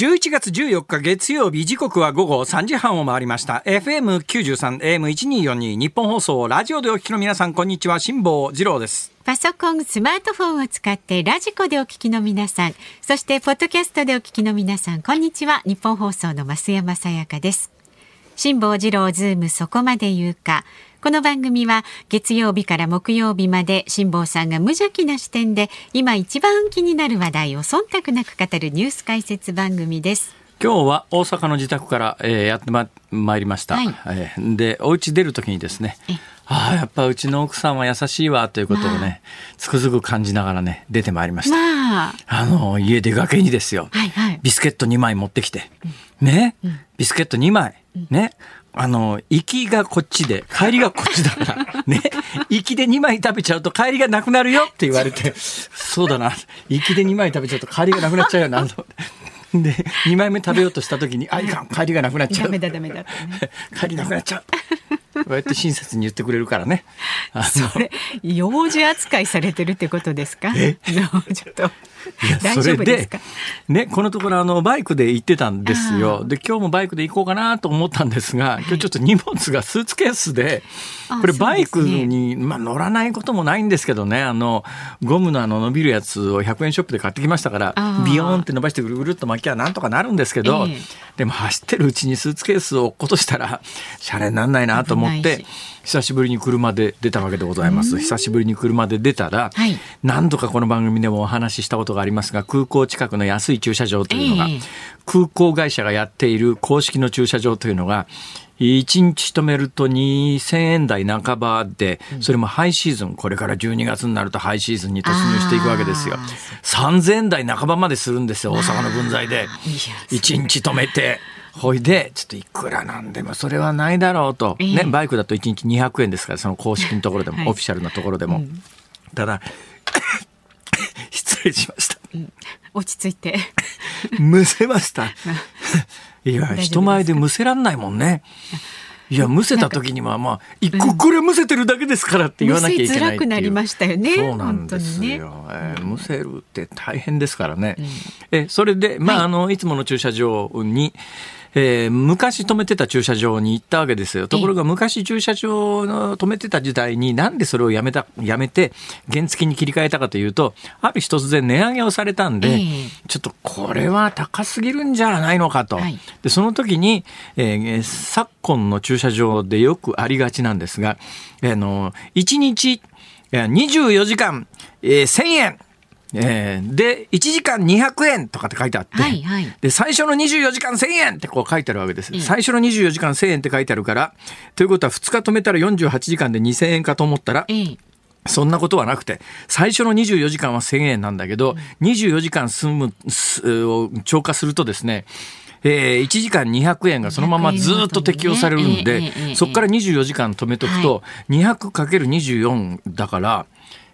11月14日月曜日、時刻は午後3時半を回りました。 FM93 AM1242 日本放送ラジオでお聞きの皆さん、こんにちは。辛坊治郎です。 パソコン、スマートフォンを使ってラジコでお聞きの皆さん、そしてポッドキャストでお聞きの皆さん、こんにちは。日本放送の増山さやかです。辛坊治郎ズームそこまで言うか。この番組は月曜日から木曜日まで辛坊さんが無邪気な視点で今一番気になる話題を忖度なく語るニュース解説番組です。 今日は大阪の自宅から、やってまいりました、はい。でお家出るときにですね、やっぱうちの奥さんは優しいわということをね、つくづく感じながらね出てまいりました。家出がけにですよ、ビスケット2枚持ってきて、ね、ビスケット2枚ね、行きがこっちで帰りがこっちだからね、行きで2枚食べちゃうと帰りがなくなるよって言われて、そうだな、行きで2枚食べちゃうと帰りがなくなっちゃうよなと。で2枚目食べようとした時にいかん、帰りがなくなっちゃう、 ダメだってね、 帰りなくなっちゃうこうやって親切に言ってくれるからね。 それ幼児扱いされてるってことですか？ちょっと大丈夫ですか？ ね、このところバイクで行ってたんですよ。で今日もバイクで行こうかなと思ったんですが、今日ちょっと荷物がスーツケースで、これバイクに、乗らないこともないんですけどね、ゴムの伸びるやつを100円ショップで買ってきましたから、ビヨーンって伸ばしてぐるぐるっと巻きゃなんとかなるんですけど、でも走ってるうちにスーツケースを落っことしたらシャレになんないなと思って久しぶりに車で出たわけでございます。久しぶりに車で出たら、何度かこの番組でもお話ししたことがありますが、空港近くの安い駐車場というのが、空港会社がやっている公式の駐車場というのが1日止めると2000円台半ばで、それもハイシーズン、これから12月になるとハイシーズンに突入していくわけですよ。3000円台半ばまでするんですよ、大阪の分際で1日止めて。ほいでちょっといくらなんでもそれはないだろうと、ね、バイクだと1日200円ですから、その公式のところでも、オフィシャルなところでも、ただ失礼しました、 落ち着いてむせましたいや人前でむせらんないもんね。いやむせた時にはこれむせてるだけですからって言わなきゃいけないっていう。 むせづらくなりましたよね。 そうなんですよ、むせるって大変ですからね、それで、いつもの駐車場に、昔止めてた駐車場に行ったわけですよ。ところが昔駐車場の止めてた時代になんでそれをやめて原付に切り替えたかというと、ある日突然値上げをされたんで、ちょっとこれは高すぎるんじゃないのかと、でその時に、昨今の駐車場でよくありがちなんですが、1日24時間、1000円で1時間200円とかって書いてあって、で最初の24時間1000円ってこう書いてあるわけです。最初の24時間1000円って書いてあるから、ということは2日止めたら48時間で2000円かと思ったら、そんなことはなくて、最初の24時間は1000円なんだけど、24時間を超過するとですね、1時間200円がそのままずっと適用されるんで、そこから24時間止めとくと 200×24 だから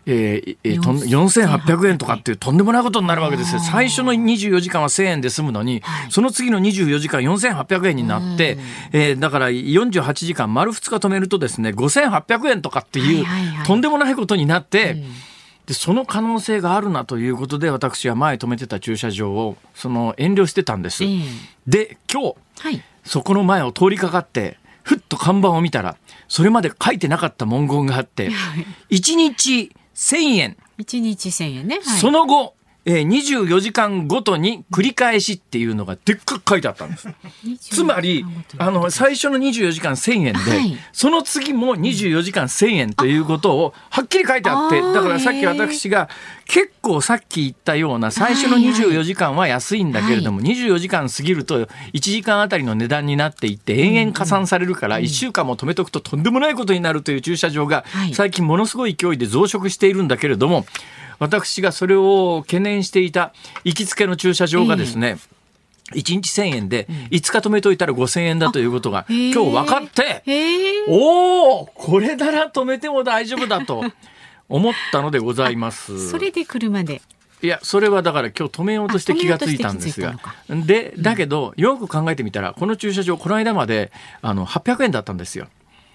4800円とかっていうとんでもないことになるわけですよ。最初の24時間は1000円で済むのに、その次の24時間4800円になって、だから48時間丸2日止めるとですね、5800円とかっていうとんでもないことになって、でその可能性があるなということで、私は前止めてた駐車場を遠慮してたんです、で今日、そこの前を通りかかってふっと看板を見たら、それまで書いてなかった文言があって、1日1000円。 1日1000円ね。 その後、24時間ごとに繰り返しっていうのがでっかく書いてあったんです。つまり最初の24時間1000円で、その次も24時間1000円ということをはっきり書いてあって、だからさっき私が結構さっき言ったような最初の24時間は安いんだけれども、24時間過ぎると1時間あたりの値段になっていって延々加算されるから、1週間も止めとくととんでもないことになるという駐車場が最近ものすごい勢いで増殖しているんだけれども、私がそれを懸念していた行きつけの駐車場がですね、1日1000円で5日止めといたら5000円だということが今日分かって、これなら止めても大丈夫だと思ったのでございます。 それで車で。 いや、それはだから今日止めようとして気がついたんですが、だけどよく考えてみたら、この駐車場この間まで800円だったんですよ。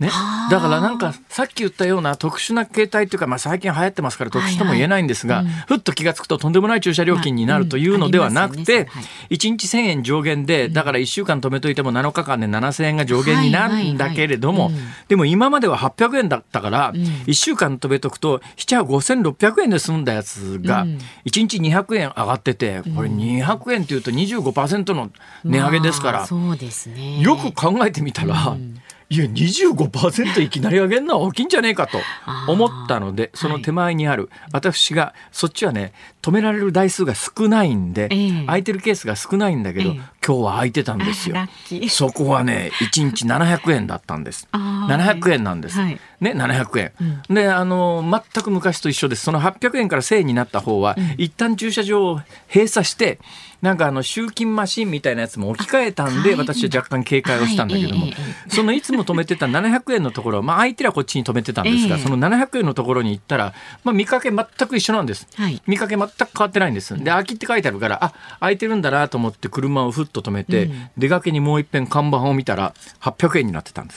ね、だからなんかさっき言ったような特殊な形態というか、最近流行ってますから特殊とも言えないんですが、ふっと気がつくととんでもない駐車料金になるというのではなくて、1日1000円上限で、だから1週間止めといても7日間で7000円が上限になるんだけれども、でも今までは800円だったから、1週間止めとくと7、5600円で済んだやつが1日200円上がってて、これ200円というと 25% の値上げですから、 そうですね、 よく考えてみたら、いや 25% いきなり上げるのは大きいんじゃねえかと思ったので、その手前にある私がそっちはね、止められる台数が少ないんで、空いてるケースが少ないんだけど、今日は空いてたんですよ。そこはね1日700円だったんです。700円なんです、ね、700円、で全く昔と一緒です。その800円から1000円になった方は、一旦駐車場を閉鎖してなんか集金マシンみたいなやつも置き換えたんで、私は若干警戒をしたんだけども、そのいつも止めてた700円のところは、相手はこっちに止めてたんですが、その700円のところに行ったら、見かけ全く一緒なんです、見かけ全く変わってないんです。で空きって書いてあるから、空いてるんだなと思って車をふっと止めて、出かけにもう一遍看板を見たら800円になってたんです。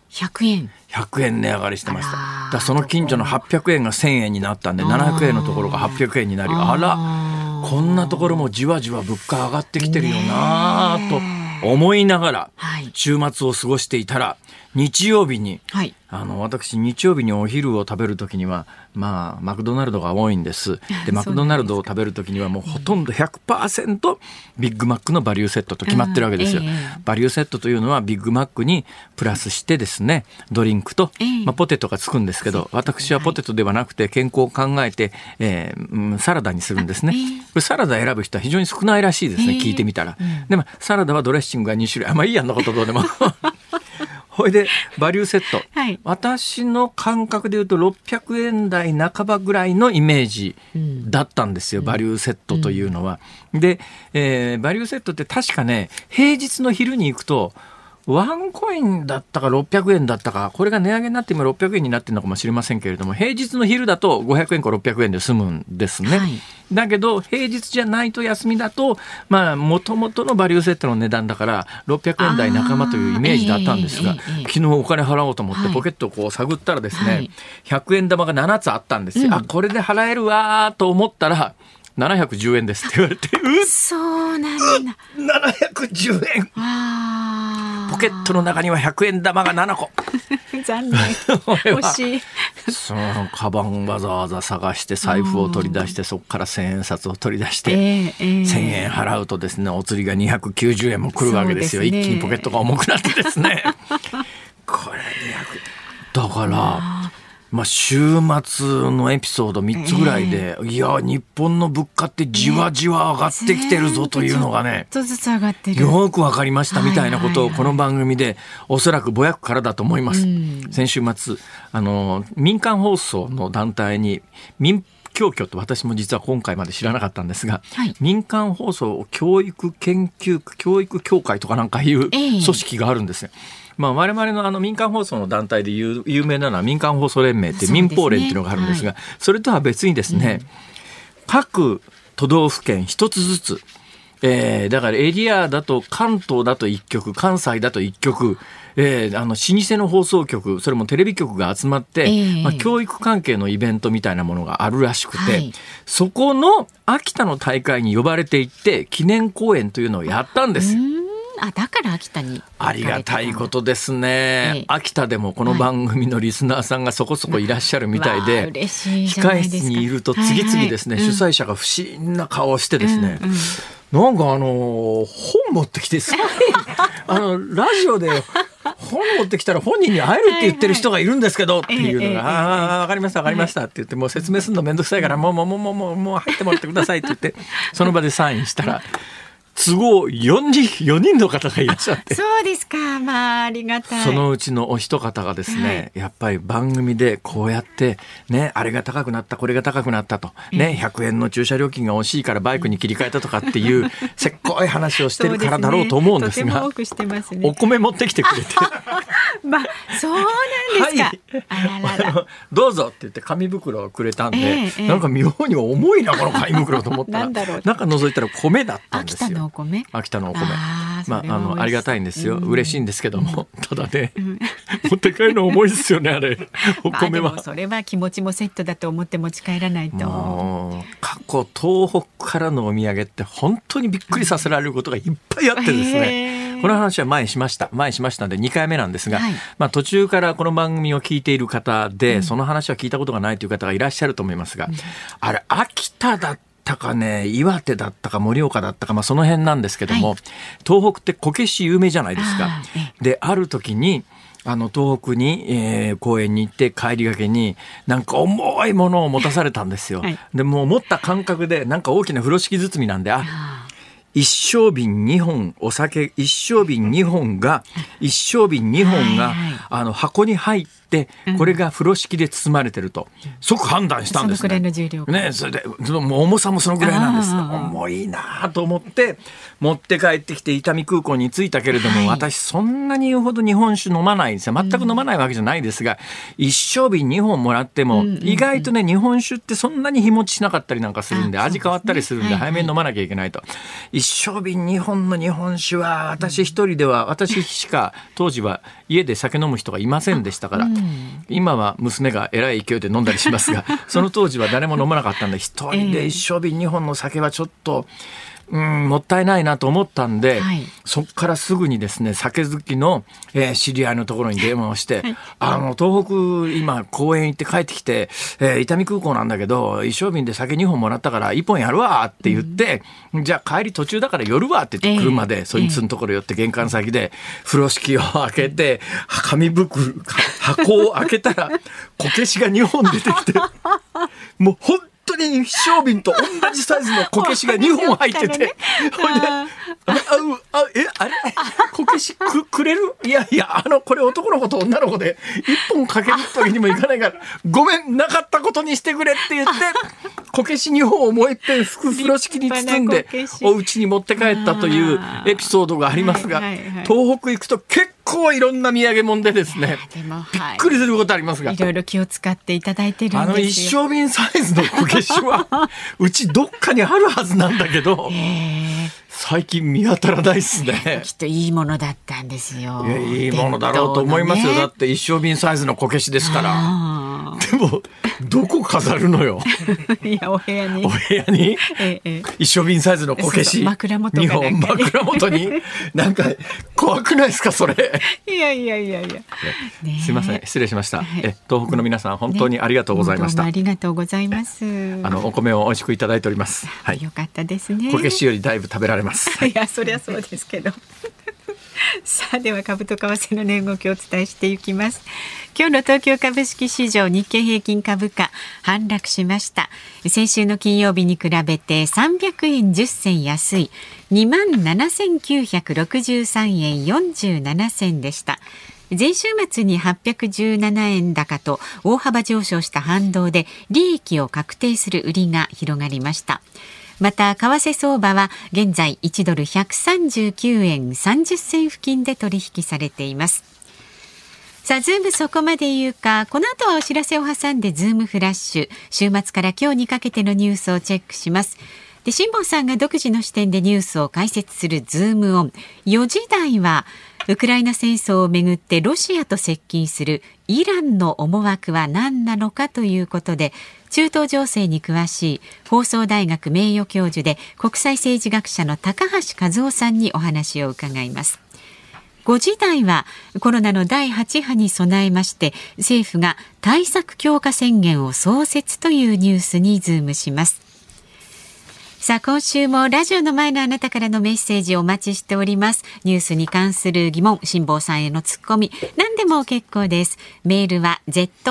100 円値上がりしてました。だからその近所の800円が1000円になったんで、700円のところが800円になり、こんなところもじわじわ物価上がってきてるよなと思いながら週末を過ごしていたら、日曜日に、私日曜日にお昼を食べるときにはマクドナルドが多いんです。でマクドナルドを食べるときにはもうほとんど 100% ビッグマックのバリューセットと決まってるわけですよ。バリューセットというのはビッグマックにプラスしてですね、ドリンクと、ポテトがつくんですけど、私はポテトではなくて健康を考えて、サラダにするんですね。これサラダ選ぶ人は非常に少ないらしいですね、聞いてみたら。でもサラダはドレッシングが2種類、いいやんなことどうでもほいでバリューセット、私の感覚でいうと600円台半ばぐらいのイメージだったんですよ、バリューセットというのは。で、バリューセットって確かね、平日の昼に行くとワンコインだったか600円だったか、これが値上げになって今600円になってるのかもしれませんけれども、平日の昼だと500円か600円で済むんですね、だけど平日じゃないと休みだと元々のバリューセットの値段だから600円台半ばというイメージだったんですが、昨日お金払おうと思ってポケットをこう探ったらですね、100円玉が7つあったんですよ。これで払えるわと思ったら710円ですって言われて、 そうなんだ、 710円。ポケットの中には100円玉が7個残念惜しい。 そのカバンわざわざ探して財布を取り出して、そこから1000円札を取り出して、1000円払うとですね、お釣りが290円も来るわけですよ。一気にポケットが重くなってですねこれ200だから週末のエピソード3つぐらいで、いや日本の物価ってじわじわ上がってきてるぞというのがね、 ちょっとずつ上がってる、 よくわかりましたみたいなことをこの番組でおそらくぼやくからだと思います。先週末民間放送の団体に教協と、私も実は今回まで知らなかったんですが、民間放送教育研究教育協会とかなんかいう組織があるんですね。我々の民間放送の団体で有名なのは民間放送連盟って民放連っていうのがあるんですが、それとは別にですね、各都道府県一つずつ、だからエリアだと関東だと1局、関西だと1局、老舗の放送局、それもテレビ局が集まって、教育関係のイベントみたいなものがあるらしくて、そこの秋田の大会に呼ばれていって記念講演というのをやったんです。 だから秋田にありがたいことですね、秋田でもこの番組のリスナーさんがそこそこいらっしゃるみたいで、控室にいると次々ですね、主催者が不審な顔をしてですね、なんか本持ってきてラジオで本持ってきたら本人に会えるって言ってる人がいるんですけどっていうのが、わかりましたわかりましたって言って、もう説明するのめんどくさいからもう入ってもらってくださいって言ってその場でサインしたら都合4人の方がいらっしゃって、 そうですか、ありがたい。 そのうちのお一方がですね、やっぱり番組でこうやってね、あれが高くなったこれが高くなったとね、100円の駐車料金が惜しいからバイクに切り替えたとかっていうせっこい話をしてるからだろうと思うんですが、 とても多くしてますね。 お米持ってきてくれてそうなんですか、あららどうぞって言って紙袋をくれたんで、なんか妙に重いなこの紙袋と思ったら、中覗いたら米だったんですよ。 秋田のお米。 秋田のお米ありがたいんですよ、嬉しいんですけども、ただね、持って帰るの重いですよね、あれお米は。 でもそれは気持ちもセットだと思って持ち帰らないと。 もう過去東北からのお土産って本当にびっくりさせられることがいっぱいあってですね、この話は前にしましたので2回目なんですが、途中からこの番組を聞いている方で、その話は聞いたことがないという方がいらっしゃると思いますが、あれ秋田だったかね、岩手だったか盛岡だったか、その辺なんですけども、東北ってこけし有名じゃないですか。である時に東北に、公園に行って帰りがけになんか重いものを持たされたんですよ、でもう持った感覚でなんか大きな風呂敷包みなんで、一升瓶2本お酒一升瓶2本が箱に入ってこれが風呂敷で包まれてると即判断したんですね。 そのくらいの重量ね、それでもう重さもそのぐらいなんです。重いなと思って持って帰ってきて伊丹空港に着いたけれども、私そんなに言うほど日本酒飲まないんですよ。全く飲まないわけじゃないですが、一升瓶2本もらっても意外とね、日本酒ってそんなに日持ちしなかったりなんかするんで、味変わったりするんで早めに飲まなきゃいけないと。一升瓶2本の日本酒は私一人では、私しか当時は家で酒飲む人がいませんでしたから、今は娘がえらい勢いで飲んだりしますが、その当時は誰も飲まなかったんで、一人で一升瓶2本の酒はちょっともったいないなと思ったんで、そこからすぐにですね、酒好きの、知り合いのところに電話をして、東北今公園行って帰ってきて、伊丹空港なんだけど一升瓶で酒2本もらったから1本やるわって言って、じゃあ帰り途中だから寄るわって言って車でそいつのところ寄って玄関先で風呂敷を開けて紙袋箱を開けたらこけしが2本出てきてもう本当に一升瓶と同じサイズのこけしが2本入ってて、ほいであれこけしくれる？いやこれ男の子と女の子で1本かけるわけにもいかないからごめんなかったことにしてくれって言ってこけし2本をもう一遍風呂敷に包んでお家に持って帰ったというエピソードがありますが、東北行くと結構いろんな土産物でですね、びっくりすることありますが、 いろいろ気を使っていただいてるんですよ。 一升瓶サイズのこけしはうちどっかにあるはずなんだけど、最近見当たらないですね。 きっといいものだったんですよ。 いいものだろうと思いますよ。だって一升瓶サイズのこけしですから。でもどこ飾るのよ。 いやお部屋に一升瓶サイズのこけし枕元 2本枕元になんか怖くないですかそれ。 いや、 すいません失礼しました、東北の皆さん本当にありがとうございました。 ありがとうございます。 お米を美味しくいただいております。 よかったですね。 こけしよりだいぶ食べられます。 いやそりゃそうですけどさあでは株と為替の値動きをお伝えしていきます。今日の東京株式市場日経平均株価反落しました。先週の金曜日に比べて300円10銭安い 27,963 円47銭でした。前週末に817円高と大幅上昇した反動で利益を確定する売りが広がりました。また為替相場は現在1ドル139円30銭付近で取引されています。さあズームそこまで言うか、この後はお知らせを挟んでズームフラッシュ、週末から今日にかけてのニュースをチェックします。で辛坊さんが独自の視点でニュースを解説するズームオン。4時台はウクライナ戦争をめぐってロシアと接近するイランの思惑は何なのかということで、中東情勢に詳しい放送大学名誉教授で国際政治学者の高橋和夫さんにお話を伺います。5時台はコロナの第8波に備えまして政府が対策強化宣言を創設というニュースにズームします。さあ今週もラジオの前のあなたからのメッセージをお待ちしております。ニュースに関する疑問、辛坊さんへのツッコミ、何でも結構です。メールは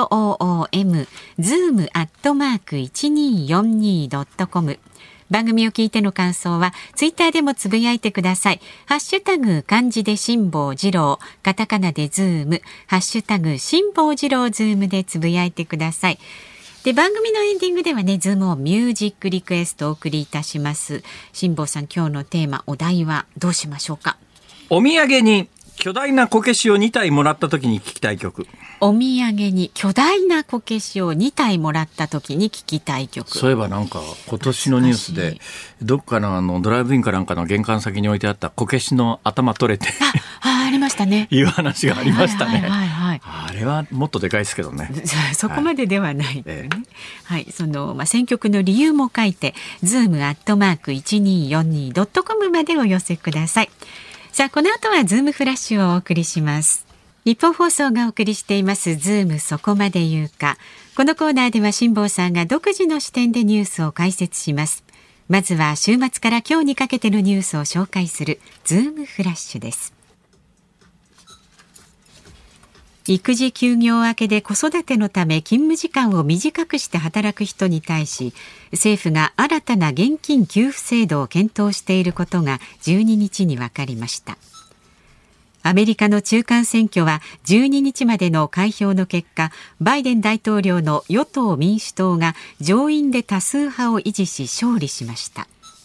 zoom@1242.com。番組を聞いての感想はツイッターでもつぶやいてください。ハッシュタグ漢字で辛坊治郎、カタカナでズーム、ハッシュタグ辛坊治郎ズームでつぶやいてください。で番組のエンディングではね、ズームをミュージックリクエストをお送りいたします。辛坊さん、今日のテーマ、お題はどうしましょうか。 お土産に巨大なこけしを2体もらった時に聞きたい曲。 お土産に巨大なこけしを2体もらった時に聞きたい曲。 そういえばなんか今年のニュースでどっかのドライブインかなんかの玄関先に置いてあったこけしの頭取れてありましたね。 いう話がありましたね。 はいあれはもっとでかいですけどね。 そこまでではないですね。はい、その選曲の理由も書いて zoom@1242.com までお寄せください。さあ、この後はズームフラッシュをお送りします。日本放送がお送りしていますズームそこまで言うか。このコーナーでは辛坊さんが独自の視点でニュースを解説します。まずは週末から今日にかけてのニュースを紹介するズームフラッシュです。育児休業明けで子育てのため勤務時間を短くして働く人に対し、政府が新たな現金給付制度を検討していることが12日に分かりました。アメリカの中間選挙は12日までの開票の結果、バイデン大統領の与党民主党が上院で多数派を維持し勝利しました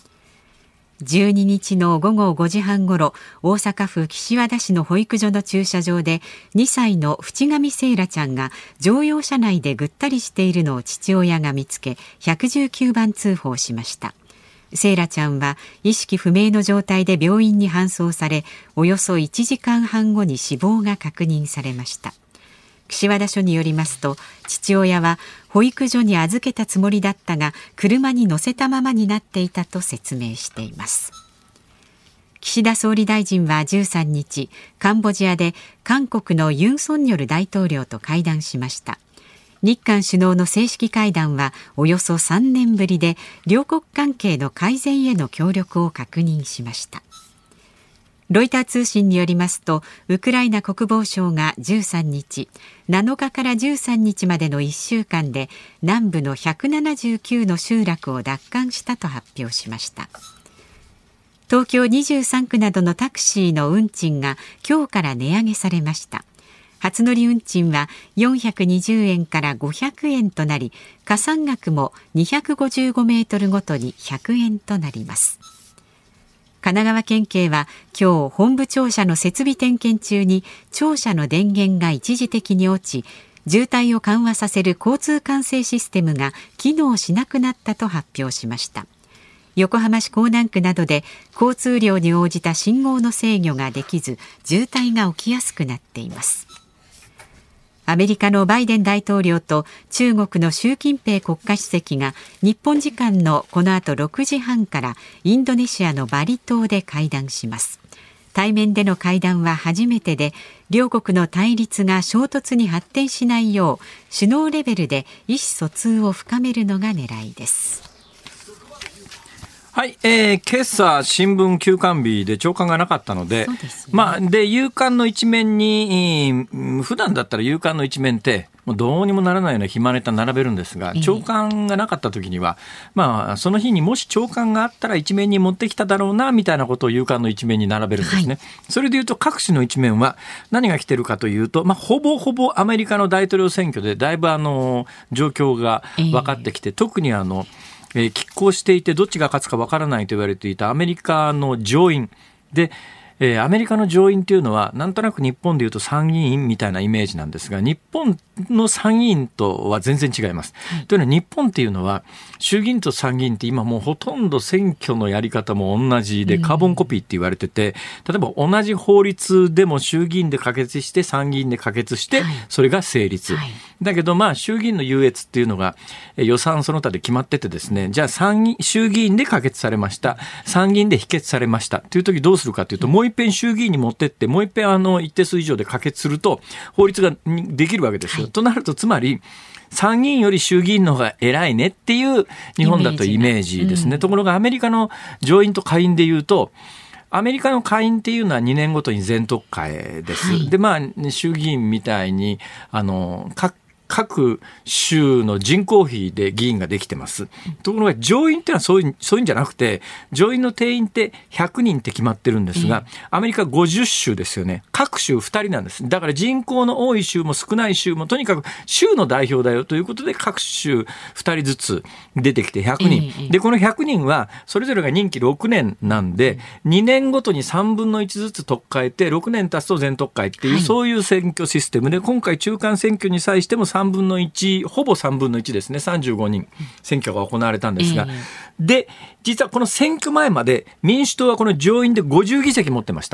。12日の午後5時半ごろ、大阪府岸和田市の保育所の駐車場で2歳の渕上惺愛ちゃんが乗用車内でぐったりしているのを父親が見つけ119番通報しました。惺愛ちゃんは意識不明の状態で病院に搬送され、およそ1時間半後に死亡が確認されました。岸和田署によりますと、父親は保育所に預けたつもりだったが車に乗せたままになっていたと説明しています。岸田総理大臣は13日、カンボジアで韓国のユン・ソンニョル大統領と会談しました。日韓首脳の正式会談はおよそ3年ぶりで、両国関係の改善への協力を確認しました。ロイター通信によりますと、ウクライナ国防省が13日、7日から13日までの1週間で南部の179の集落を奪還したと発表しました。東京23区などのタクシーの運賃が今日から値上げされました。初乗り運賃は420円から500円となり、加算額も255メートルごとに100円となります。神奈川県警は今日、本部庁舎の設備点検中に庁舎の電源が一時的に落ち、渋滞を緩和させる交通管制システムが機能しなくなったと発表しました。横浜市港南区などで交通量に応じた信号の制御ができず、渋滞が起きやすくなっています。アメリカのバイデン大統領と中国の習近平国家主席が日本時間のこの後6時半からインドネシアのバリ島で会談します。対面での会談は初めてで、両国の対立が衝突に発展しないよう首脳レベルで意思疎通を深めるのが狙いです。 はい、今朝新聞休刊日で朝刊がなかったので、で夕刊の一面に、普段だったら夕刊の一面ってもうどうにもならないような暇ネタ並べるんですが、朝刊がなかった時には、その日にもし朝刊があったら一面に持ってきただろうなみたいなことを夕刊の一面に並べるんですね。それでいうと各紙の一面は何が来てるかというと、ほぼほぼアメリカの大統領選挙でだいぶ状況が分かってきて、特に拮抗していてどっちが勝つか分からないと言われていたアメリカの上院で、アメリカの上院というのはなんとなく日本でいうと参議院みたいなイメージなんですが、日本の参議院とは全然違います。というのは日本っていうのは衆議院と参議院って今もうほとんど選挙のやり方も同じでカーボンコピーって言われてて、例えば同じ法律でも衆議院で可決して参議院で可決してそれが成立、だけど衆議院の優越っていうのが予算その他で決まっててですね、じゃあ衆議院で可決されました、参議院で否決されましたという時どうするかというと、もう一遍衆議院に持ってってもう一遍一定数以上で可決すると法律ができるわけですよ。となるとつまり参議院より衆議院の方が偉いねっていう日本だとイメージですね。ところがアメリカの上院と下院でいうと、アメリカの下院っていうのは2年ごとに全特会です。で衆議院みたいに各各州の人口比で議員ができてます。ところが上院ってのはそういうんじゃなくて、上院の定員って100人って決まってるんですが、アメリカ50州ですよね。各州2人なんです。だから人口の多い州も少ない州もとにかく州の代表だよということで、各州2人ずつ出てきて100人。で、この100人はそれぞれが任期6年なんで、2年ごとに3分の1ずつ取っ替えて、6年経つと全取っ替えっていう、そういう選挙システムで、今回中間選挙に際しても3分の1、ほぼ3分の1ですね、35人選挙が行われたんですが、で、実はこの選挙前まで民主党はこの上院で50議席持ってました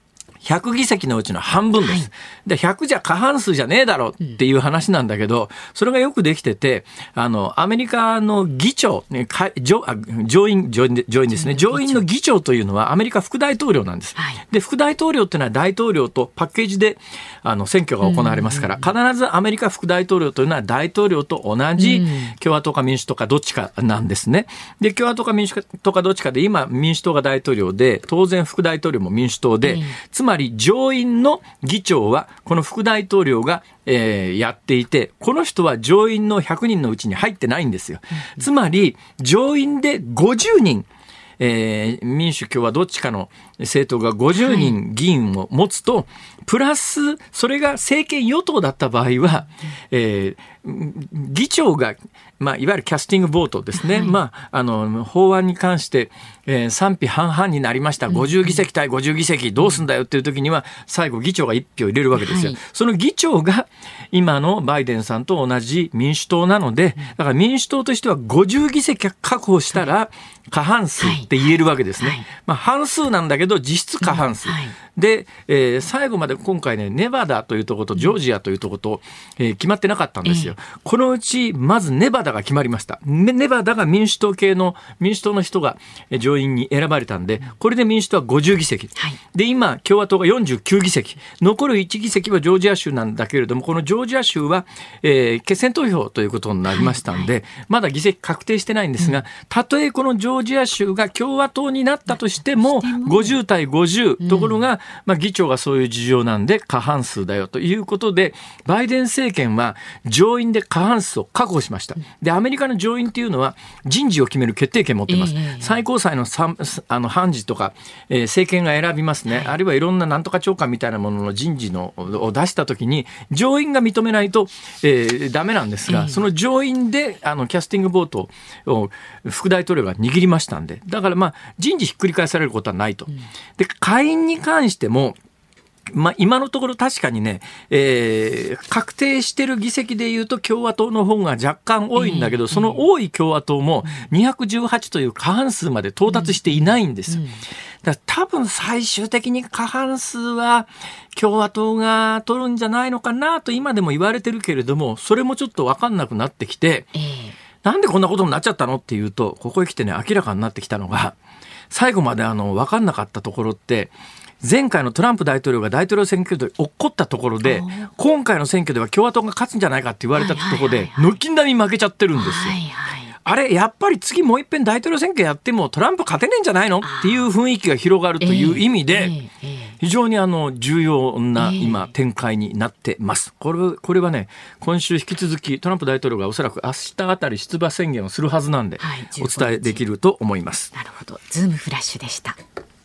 。100議席のうちの半分です。で、100じゃ過半数じゃねえだろっていう話なんだけど、それがよくできてて、アメリカの議長、上院ですね。上院の議長というのはアメリカ副大統領なんです。で、副大統領っていうのは大統領とパッケージで、選挙が行われますから、必ずアメリカ副大統領というのは大統領と同じ共和党か民主党かどっちかなんですね。で、共和党か民主党かどっちかで、今民主党が大統領で、当然副大統領も民主党で、つまり上院の議長はこの副大統領が、やっていて、この人は上院の100人のうちに入ってないんですよ。つまり上院で50人、民主共和どっちかの政党が50人議員を持つと、プラスそれが政権与党だった場合は、議長が、いわゆるキャスティングボートですね、法案に関して、賛否半々になりました、50議席対50議席どうすんだよっていう時には最後議長が1票入れるわけですよ。その議長が今のバイデンさんと同じ民主党なので、だから民主党としては50議席確保したら過半数って言えるわけですね。半数なんだけど実質過半数。で、最後まで今回ね、ネバダというところとジョージアというところと、決まってなかったんですよ。このうちまずネバダが決まりました。ネバダが民主党の人が上院に選ばれたんで、これで民主党は50議席。で、今共和党が49議席。残る1議席はジョージア州なんだけれども、このジョージア州は、決選投票ということになりましたんで、まだ議席確定してないんですが、たとえこのジョージア州が共和党になったとしても、50対50、ところが、議長がそういう事情なんで過半数だよということで、バイデン政権は上院で過半数を確保しました。で、アメリカの上院っていうのは人事を決める決定権を持ってます。最高裁の判事とか、政権が選びますね。あるいはいろんななんとか長官みたいなものの人事を出したときに上院が認めないと、ダメなんですが、その上院でキャスティングボートを副大統領が握りましたんで、だから人事ひっくり返されることはないと。で、下院に関しても今のところ確かにね、確定してる議席でいうと共和党の方が若干多いんだけど、その多い共和党も218という過半数まで到達していないんです。だから多分最終的に過半数は共和党が取るんじゃないのかなと今でも言われてるけれども、それもちょっと分かんなくなってきて、なんでこんなことになっちゃったのっていうと、ここへ来てね、明らかになってきたのが、最後まで分かんなかったところって、前回のトランプ大統領が大統領選挙で落っこったところで、今回の選挙では共和党が勝つんじゃないかって言われたところで、軒並み負けちゃってるんですよ。あれ、やっぱり次もう一遍大統領選挙やってもトランプ勝てねえんじゃないのっていう雰囲気が広がるという意味で、非常に重要な今展開になってます。これはね、今週引き続きトランプ大統領がおそらく明日あたり出馬宣言をするはずなんで、お伝えできると思います。 なるほど。ズームフラッシュでした。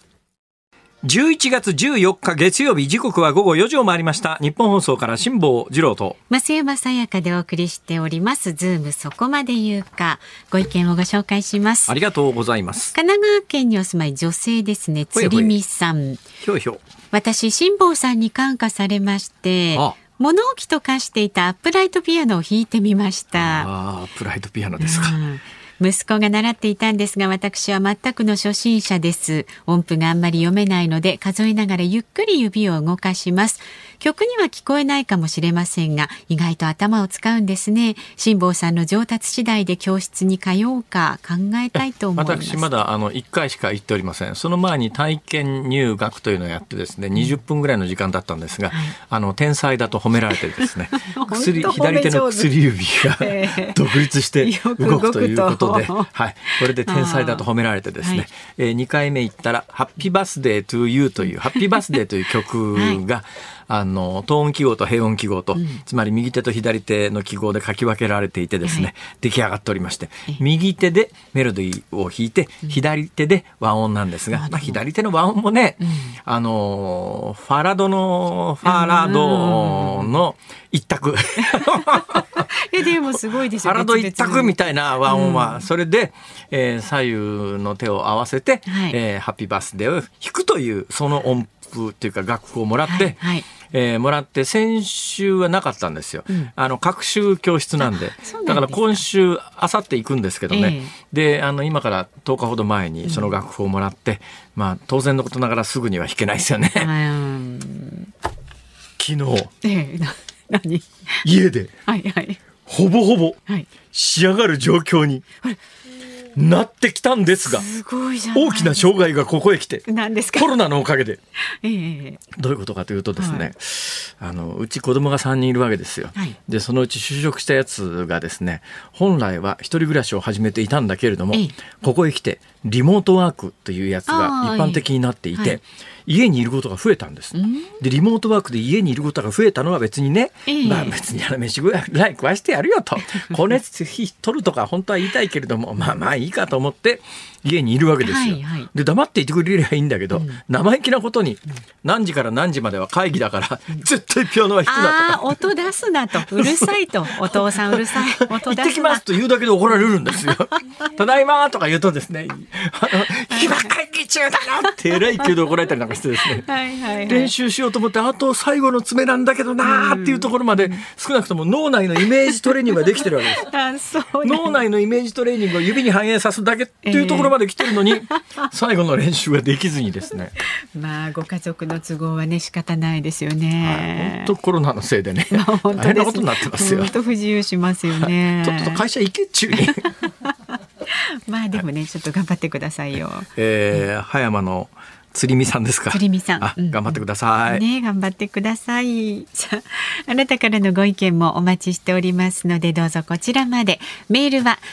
11月14日月曜日、時刻は午後4時を回りました。日本放送から辛坊治郎と増山さやかでお送りしておりますズームそこまで言うか。ご意見をご紹介します。 ありがとうございます。 神奈川県にお住まい女性ですね、つりみさん。私、辛坊さんに感化されまして、物置と化していたアップライトピアノを弾いてみました。 アップライトピアノですか。 息子が習っていたんですが、私は全くの初心者です。音符があんまり読めないので、数えながらゆっくり指を動かします。曲には聞こえないかもしれませんが、意外と頭を使うんですね。辛坊さんの上達次第で教室に通うか考えたいと思います。 私まだ1回しか行っておりません。その前に体験入学というのをやってですね、20分ぐらいの時間だったんですが、天才だと褒められてですね左手の薬指が独立して動くということで、これで天才だと褒められてですね、2回目行ったらハッピーバースデートゥーユーというハッピーバースデーという曲が等音記号と平音記号と、つまり右手と左手の記号で書き分けられていてですね、出来上がっておりまして、右手でメロディーを弾いて、左手で和音なんですが、左手の和音もね、ファラドの一択。 でもすごいですよ。 ファラド一択みたいな和音は、それで、左右の手を合わせて、ハッピーバースデーを弾くという、その音符というか楽譜をもらって、もらって先週はなかったんですよ。各週教室なんで。だから今週、あさって行くんですけどね。で、今から10日ほど前にその楽譜をもらって、当然のことながらすぐには弾けないですよね。昨日、 何家で、ほぼほぼ仕上がる状況になってきたんですが、大きな障害がここへ来て、コロナのおかげで、どういうことかというとですね、うち子供が3人いるわけですよ。でそのうち就職したやつがですね、本来は一人暮らしを始めていたんだけれども、ここへ来てリモートワークというやつが一般的になっていて、家にいることが増えたんです。でリモートワークで家にいることが増えたのは別にね、別に飯ぐらい食わしてやるよと、光熱費取るとか本当は言いたいけれども、いいかと思って家にいるわけですよ。で黙っていてくれればいいんだけど、生意気なことに何時から何時までは会議だから絶対ピアノは弾くなとか、 音出すなと、うるさいと、お父さんうるさい、音出すな、 行ってきますと言うだけで怒られるんですよ。ただいまとか言うとですね、今会議中だなってえらい勢いで怒られたりなんかしてですね、練習しようと思って、あと最後の詰めなんだけどなーっていうところまで少なくとも脳内のイメージトレーニングができてるわけです。脳内のイメージトレーニングを指に反映さすだけっていうところまで来てるのに、最後の練習ができずにですね、 ご家族の都合はね、仕方ないですよね。 本当コロナのせいでね、大変なことになってますよ。 本当不自由しますよね。 ちょっと会社行けっちゅうに。 でもね、ちょっと頑張ってくださいよ。 葉山の釣りみさんですか。 釣りみさん、 頑張ってください。 頑張ってください。あなたからのご意見もお待ちしておりますので、どうぞこちらまで。メールは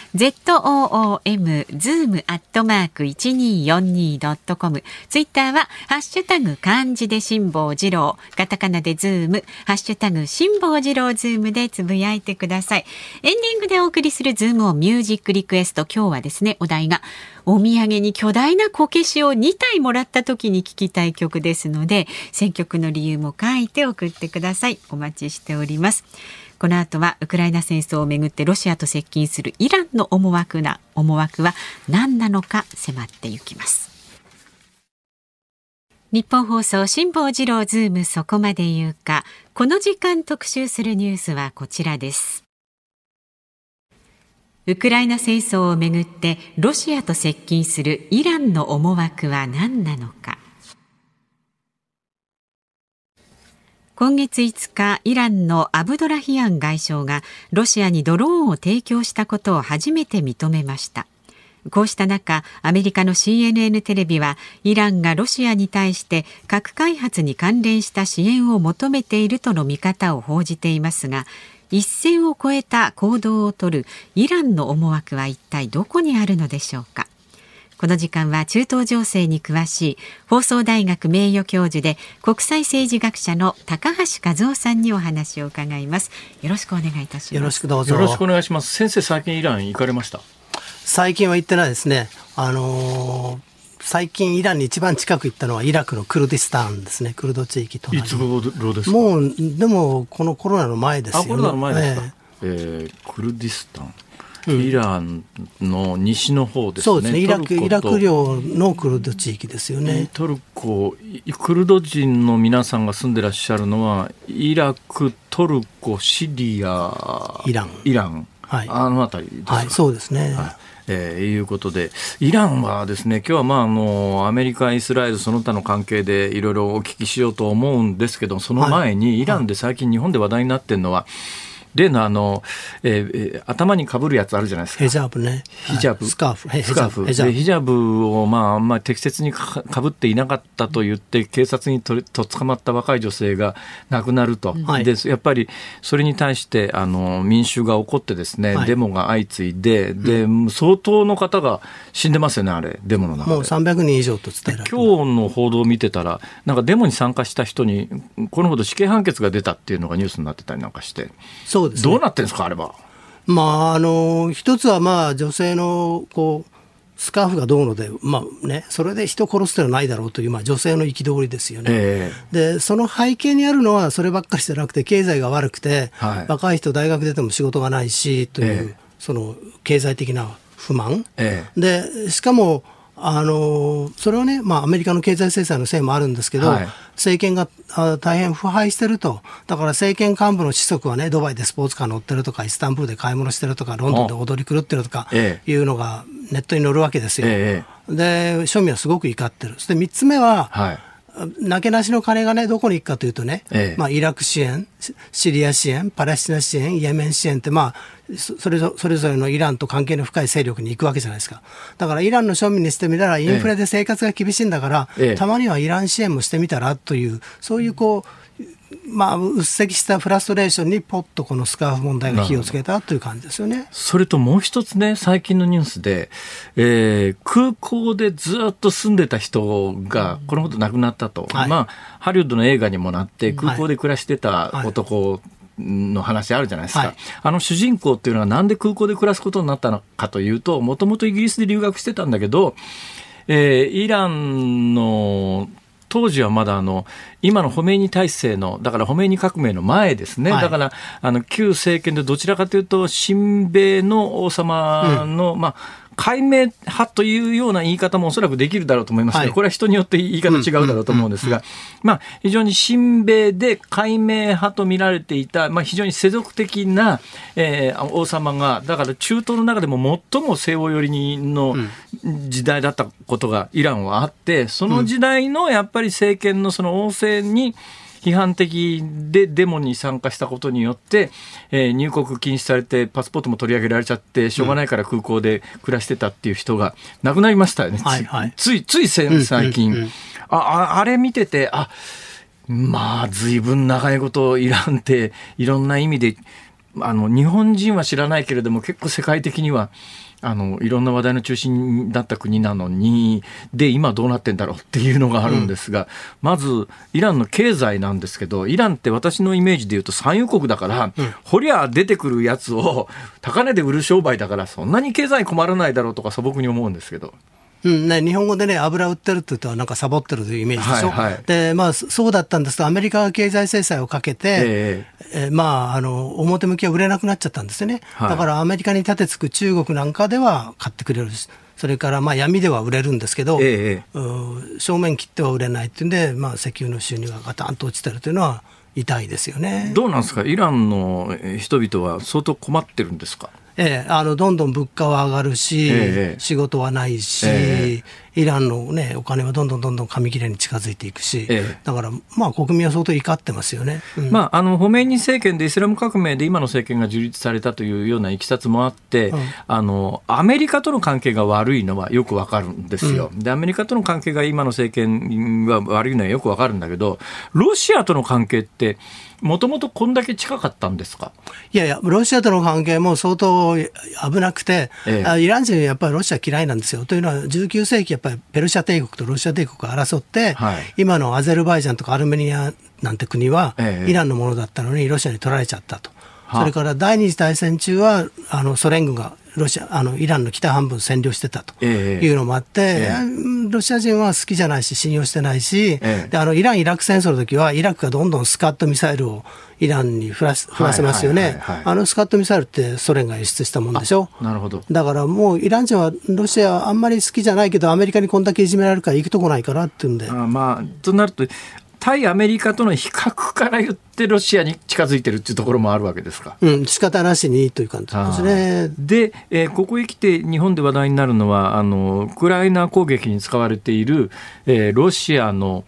zoom@1242.com、ツイッターはハッシュタグ漢字で辛坊治郎、カタカナでズーム、ハッシュタグ辛坊治郎ズームでつぶやいてください。エンディングでお送りするズームをミュージックリクエスト、今日はですね、お題がお土産に巨大なこけしを2体もらった時に聴きたい曲ですので、選曲の理由も書いて送ってください。お待ちしております。この後はウクライナ戦争をめぐってロシアと接近するイランの思惑は何なのか迫っていきます。日本放送辛坊治郎ズームそこまで言うか。この時間特集するニュースはこちらです。ウクライナ戦争をめぐってロシアと接近するイランの思惑は何なのか。今月5日、イランのアブドラヒアン外相がロシアにドローンを提供したことを初めて認めました。こうした中、アメリカの CNN テレビはイランがロシアに対して核開発に関連した支援を求めているとの見方を報じていますが、一線を越えた行動を取るイランの思惑は一体どこにあるのでしょうか。この時間は中東情勢に詳しい放送大学名誉教授で国際政治学者の高橋和夫さんにお話を伺います。よろしくお願いいたします。 よろしくどうぞ。 よろしくお願いします。先生、最近イラン行かれました？ 最近は行ってないですね。最近イランに一番近く行ったのはイラクのクルディスタンですね。クルド地域と。 いつ頃ですか？ もうでもこのコロナの前ですよね。 コロナの前ですか。クルディスタン、イランの西の方ですね。 そうですね。イラク領のクルド地域ですよね。 トルコ、クルド人の皆さんが住んでらっしゃるのはイラク、トルコ、シリア、イラン、あの辺りですか？ そうですね。 いうことで、イランはですね、今日はアメリカ、イスラエルその他の関係でいろいろお聞きしようと思うんですけど、その前にイランで最近日本で話題になっているのは、 例の頭にかぶるやつあるじゃないですか。 ヒジャブね。 ヒジャブ。 スカーフ。 スカーフ。ヒジャブをあんまり適切にかぶっていなかったと言って、警察にと捕まった若い女性が亡くなると。でやっぱりそれに対して民衆が起こってですね、デモが相次いで、相当の方が死んでますよね、あれ、デモの中で。 もう300人以上と伝えられて、 今日の報道を見てたら、なんかデモに参加した人にこのほど死刑判決が出たっていうのがニュースになってたりなんかして。 そうですね。 どうなってるんですか、あれは。 一つは女性のスカーフがどうので、それで人殺すというのはないだろうという、女性の憤りですよね。でその背景にあるのはそればっかりじゃなくて、経済が悪くて、若い人大学出ても仕事がないしという、その経済的な不満、でしかもそれはね、アメリカの経済制裁のせいもあるんですけど、政権が大変腐敗してると。だから政権幹部の子息はね、ドバイでスポーツカー乗ってるとか、イスタンブールで買い物してるとか、ロンドンで踊り狂ってるとかいうのがネットに載るわけですよ。で庶民はすごく怒ってる。そして3つ目は、なけなしの金がね、どこに行くかというとね、イラク支援、シリア支援、パレスチナ支援、イエメン支援って、それぞれのイランと関係の深い勢力に行くわけじゃないですか。だからイランの庶民にしてみたら、インフレで生活が厳しいんだから、たまにはイラン支援もしてみたらという、そういううっせきしたフラストレーションにポッとこのスカーフ問題が火をつけたという感じですよね。 それともう一つね、最近のニュースで、空港でずっと住んでた人がこのほど亡くなったと、ハリウッドの映画にもなって空港で暮らしてた男の話あるじゃないですか。主人公っていうのはなんで空港で暮らすことになったのかというと、もともとイギリスで留学してたんだけど、イランの当時はまだ今のホメイニ体制の、だからホメイニ革命の前ですね。だから旧政権でどちらかというと親米の王様の、改名派というような言い方もおそらくできるだろうと思いますけど、これは人によって言い方違うだろうと思うんですが、非常に親米で改名派と見られていた、非常に世俗的な、王様が、だから中東の中でも最も西欧寄りの時代だったことがイランはあって、その時代のやっぱり政権のその王政に批判的でデモに参加したことによって、入国禁止されてパスポートも取り上げられちゃってしょうがないから空港で暮らしてたっていう人が亡くなりましたよね。つい最近、あれ見てて、随分長いことイランっていろんな意味で日本人は知らないけれども結構世界的にはいろんな話題の中心だった国なのに、で今どうなってんだろうっていうのがあるんですが、まずイランの経済なんですけど、イランって私のイメージでいうと産油国だから、ほりゃ出てくるやつを高値で売る商売だからそんなに経済困らないだろうとか素朴に思うんですけど。 日本語でね、油売ってるって言うとなんかサボってるというイメージでしょ。でそうだったんですが、アメリカが経済制裁をかけて、表向きは売れなくなっちゃったんですよね。だからアメリカに立てつく中国なんかでは買ってくれるし、それから闇では売れるんですけど、正面切っては売れないっていうんで、石油の収入がガタンと落ちてるというのは痛いですよね。 どうなんですか、イランの人々は相当困ってるんですか。 どんどん物価は上がるし、仕事はないし、イランの、お金はどんどん紙切れに近づいていくし、だから国民は相当怒ってますよね。 ホメイニ政権でイスラム革命で今の政権が樹立されたというようないきさつもあって、アメリカとの関係が悪いのはよくわかるんですよ。でアメリカとの関係が今の政権が悪いのはよくわかるんだけど、ロシアとの関係ってもともとこんだけ近かったんですか。 いやロシアとの関係も相当危なくて、イラン人はやっぱりロシア嫌いなんですよ。というのは19世紀やっぱりペルシャ帝国とロシア帝国が争って、今のアゼルバイジャンとかアルメニアなんて国はイランのものだったのにロシアに取られちゃったと。それから第二次大戦中はソ連軍がイランの北半分占領してたというのもあって、ロシア人は好きじゃないし信用してないし、でイラン・イラク戦争の時はイラクがどんどんスカットミサイルをイランに降らせますよね。スカットミサイルってソ連が輸出したもんでしょ。 なるほど。 だからもうイラン人はロシアあんまり好きじゃないけど、アメリカにこんだけいじめられるから行くとこないからっていうんで、 となると対アメリカとの比較から言ってロシアに近づいてるっていうところもあるわけですか。 仕方なしにという感じですね。 で、ここへ来て日本で話題になるのはウクライナ攻撃に使われている、ロシアの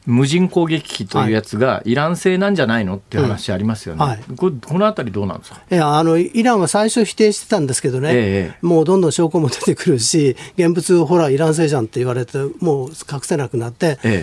無人攻撃機というやつがイラン製なんじゃないのっていう話ありますよね、このあたりどうなんですか。 いやイランは最初否定してたんですけどね、もうどんどん証拠も出てくるし、現物ほらイラン製じゃんって言われてもう隠せなくなって、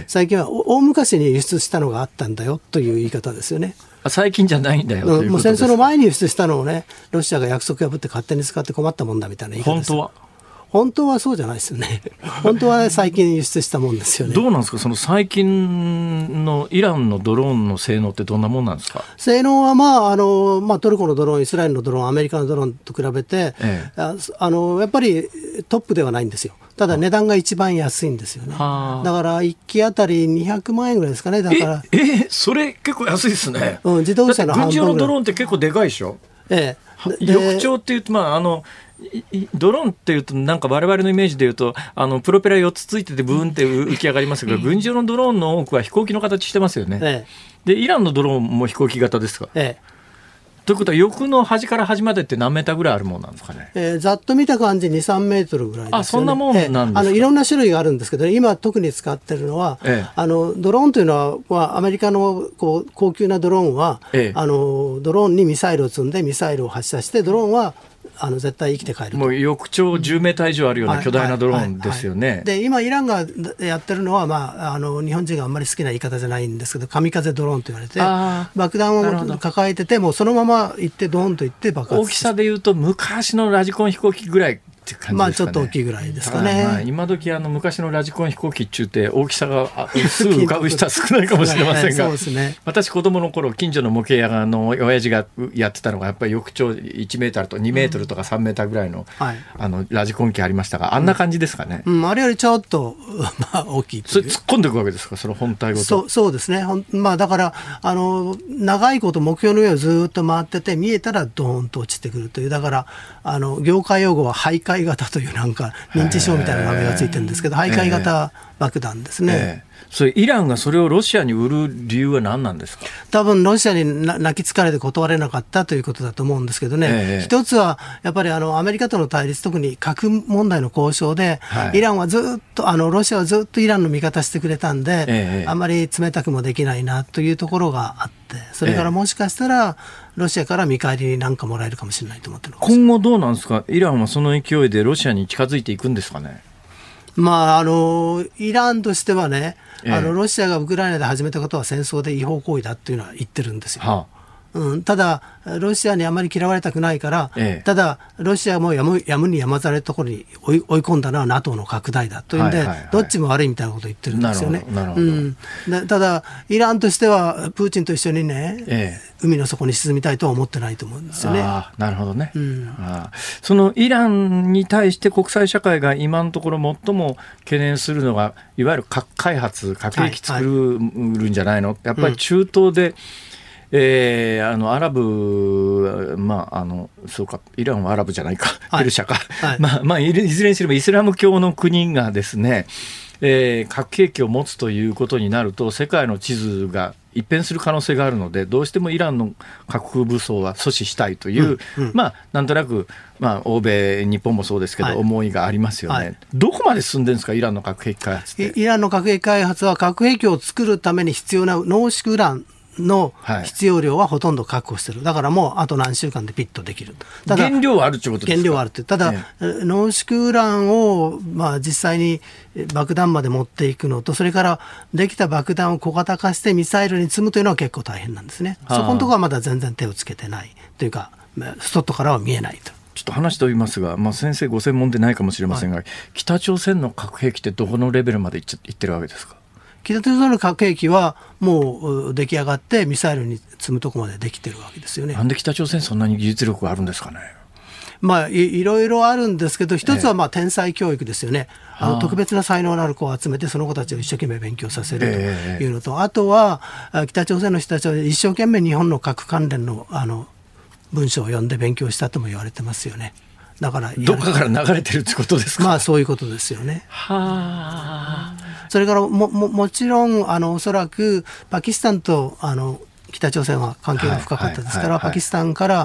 最近は大昔に輸出したのがあったんだよという言い方ですよね。 最近じゃないんだよということですか。 もう戦争の前に輸出したのをね、ロシアが約束破って勝手に使って困ったもんだみたいな言い方です。本当はそうじゃないですよね。本当は最近輸出したもんですよね。 どうなんですか、その最近のイランのドローンの性能ってどんなもんなんですか。 性能はトルコのドローン、イスラエルのドローン、アメリカのドローンと比べて、やっぱりトップではないんですよ。ただ値段が一番安いんですよね。だから1機あたり200万円ぐらいですかね。だからそれ結構安いですね。 自動車の半分ぐらい。 軍事用のドローンって結構でかいでしょ。翼長っていうとドローンっていうとなんか我々のイメージでいうとプロペラ4つついててブーンって浮き上がりますが、軍事用のドローンの多くは飛行機の形してますよね。でイランのドローンも飛行機型ですか。ということは翼の端から端までって何メーターぐらいあるものなんですかね。 ざっと見た感じ 2,3 メートルぐらいですよね。 そんなもんなんですか。 いろんな種類があるんですけど、今特に使ってるのは、ドローンというのはアメリカの高級なドローンは、ドローンにミサイルを積んでミサイルを発射して、ドローンは絶対生きて帰ると。 もう翼長10メーター以上あるような巨大なドローンですよね。 で今イランがやってるのは、日本人があんまり好きな言い方じゃないんですけど、神風ドローンと言われて、爆弾を抱えててもうそのまま行ってドーンと行って爆発。 大きさでいうと昔のラジコン飛行機ぐらいって感じですかね。 ちょっと大きいぐらいですかね。 今時昔のラジコン飛行機っちゅうて大きさがすぐ浮かぶ人は少ないかもしれませんが、私子供の頃近所の模型屋の親父がやってたのがやっぱり翼長1メートルと2メートルとか3メーターぐらいの、ラジコン機ありましたが、あんな感じですかね。 あれよりちょっと大きいという。 それ突っ込んでいくわけですか、その本体ごと。 そうですね。だから長いこと目標の上をずっと回ってて、見えたらドーンと落ちてくるという。だから業界用語は徘徊型というなんか認知症みたいな名前がついてるんですけど、徘徊型爆弾ですね。 それイランがそれをロシアに売る理由は何なんですか。 多分ロシアに泣き疲れて断れなかったということだと思うんですけどね、一つはやっぱりアメリカとの対立、特に核問題の交渉で、イランはずっとロシアはずっとイランの味方してくれたんで、あまり冷たくもできないなというところがあって、それからもしかしたらロシアから見返りに何かもらえるかもしれないと思ってる。 今後どうなんですか。イランはその勢いでロシアに近づいていくんですかね。 イランとしてはね、ロシアがウクライナで始めたことは戦争で違法行為だっていうのは言ってるんですよ。ただロシアにあまり嫌われたくないから、ただロシアもやむにやまざれるところに追い込んだのは NATO の拡大だというんで、どっちも悪いみたいなことを言ってるんですよね。ただイランとしてはプーチンと一緒にね、海の底に沈みたいとは思ってないと思うんですよね。 なるほどね。そのイランに対して国際社会が今のところ最も懸念するのが、いわゆる核開発、核兵器作るんじゃないの。やっぱり中東でアラブ、そうか、イランはアラブじゃないか、ペルシャか、いずれにすればイスラム教の国がですね、核兵器を持つということになると、世界の地図が一変する可能性があるので、どうしてもイランの核武装は阻止したいという、なんとなく、欧米、日本もそうですけど、思いがありますよね。どこまで進んでるんですか、イランの核兵器開発って。 イランの核兵器開発は、核兵器を作るために必要な濃縮ウランの必要量はほとんど確保してる。だからもうあと何週間でピッとできる。 ただ原料はあるということですか。 原料はあるって。ただ、濃縮ウランを実際に爆弾まで持っていくのと、それからできた爆弾を小型化してミサイルに積むというのは結構大変なんですね。そこのところはまだ全然手をつけてないというか、外からは見えないと。 ちょっと話しておりますが、先生ご専門でないかもしれませんが、北朝鮮の核兵器ってどこのレベルまでいってるわけですか。 北朝鮮の核兵器はもう出来上がってミサイルに積むところまでできてるわけですよね。 なんで北朝鮮そんなに技術力があるんですかね。 いろいろあるんですけど、一つは天才教育ですよね。特別な才能のある子を集めてその子たちを一生懸命勉強させるというのと、あとは北朝鮮の人たちは一生懸命日本の核関連の文章を読んで勉強したとも言われてますよね。だからどっかから流れてるってことですか。 そういうことですよね。それからもちろんおそらくパキスタンと北朝鮮は関係が深かったですから、パキスタンから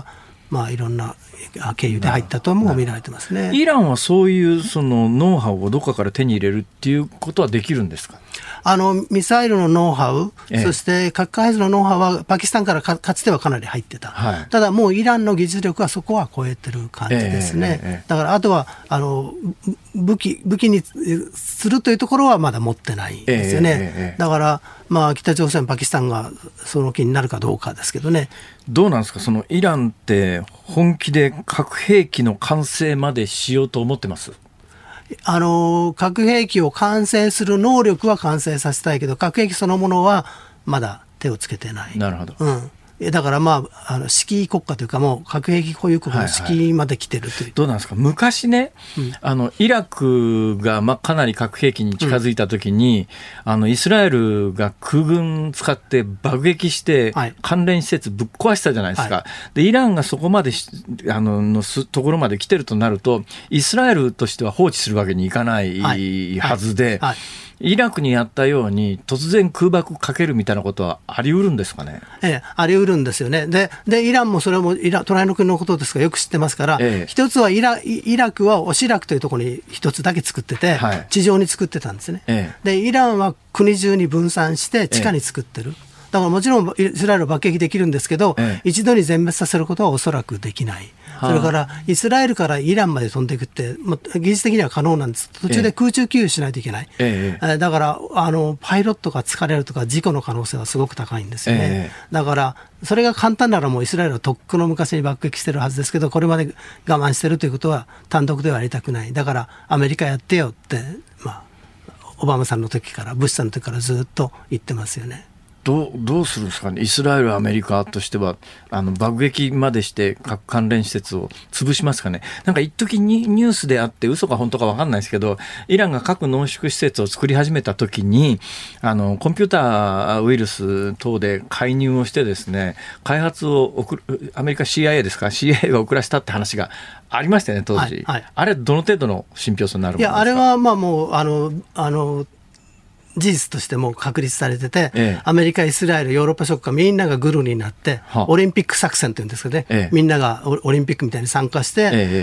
いろんな経由で入ったとも見られてますね。 イランはそういうそのノウハウをどこかから手に入れるっていうことはできるんですか？ ミサイルのノウハウ、そして核開発のノウハウはパキスタンからかつてはかなり入ってた、ただもうイランの技術力はそこは超えてる感じですね。だからあとは武器にするというところはまだ持ってないですよね。だから北朝鮮、パキスタンがその気になるかどうかですけどね。 どうなんですか、そのイランって本気で核兵器の完成までしようと思ってます？ 核兵器を完成する能力は完成させたいけど、核兵器そのものはまだ手をつけてない。 なるほど。 だから敷居国家というか、もう核兵器保有国の敷居まで来てるという。 どうなんですか、昔ね、イラクがかなり核兵器に近づいたときに、イスラエルが空軍使って爆撃して、関連施設ぶっ壊したじゃないですか。でイランがそこまでのところまで来てるとなると、イスラエルとしては放置するわけにいかないはずで、イラクにやったように突然空爆かけるみたいなことはあり得るんですかね？ あり得るんですよね。でイランもそれも隣の国のことですからよく知ってますから、一つはイラクはオシラクというところに一つだけ作ってて、地上に作ってたんですね。でイランは国中に分散して地下に作ってる。だからもちろんイスラエルを爆撃できるんですけど、一度に全滅させることはおそらくできない。それからイスラエルからイランまで飛んでいくって技術的には可能なんです。途中で空中給油しないといけない。だからパイロットが疲れるとか事故の可能性はすごく高いんですよね。だからそれが簡単ならもうイスラエルはとっくの昔に爆撃してるはずですけど、これまで我慢してるということは単独ではやりたくない。だからアメリカやってよってオバマさんの時からブッシュさんの時からずっと言ってますよね。 どうするんですかね、イスラエル、アメリカとしては爆撃までして核関連施設を潰しますかね。なんか一時にニュースであって嘘か本当か分かんないですけど、イランが核濃縮施設を作り始めた時にコンピューターウイルス等で介入をしてですね、開発をアメリカ CIA ですか CIA が遅らせたって話がありましたよね当時、あれどの程度の信憑性になるものですか？ いや、あれはもう事実としても確立されてて、アメリカ、イスラエル、ヨーロッパ諸国がみんながグルになって、オリンピック作戦というんですけどね、みんながオリンピックみたいに参加して、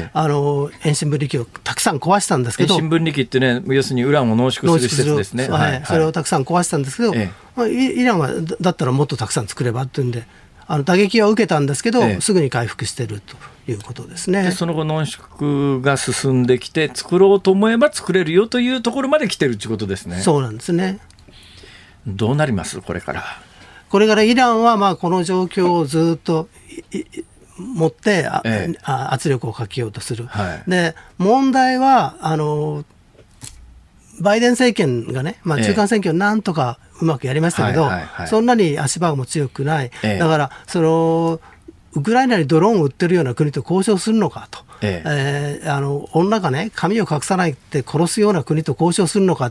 遠心分離機をたくさん壊したんですけど、 遠心分離機ってね、要するにウランを濃縮する施設ですね。 それをたくさん壊したんですけど、イランはだったらもっとたくさん作ればというんで、打撃は受けたんですけど、すぐに回復しているということですね。 でその後濃縮が進んできて、作ろうと思えば作れるよというところまで来てるということですね。 そうなんですね。 どうなりますこれから？ イランはこの状況をずっと持って圧力をかけようとする。で問題はバイデン政権がね、中間選挙をなんとかうまくやりましたけど、そんなに足場も強くない。だからウクライナにドローンを売ってるような国と交渉するのかと、女がね髪を隠さないって殺すような国と交渉するのかって、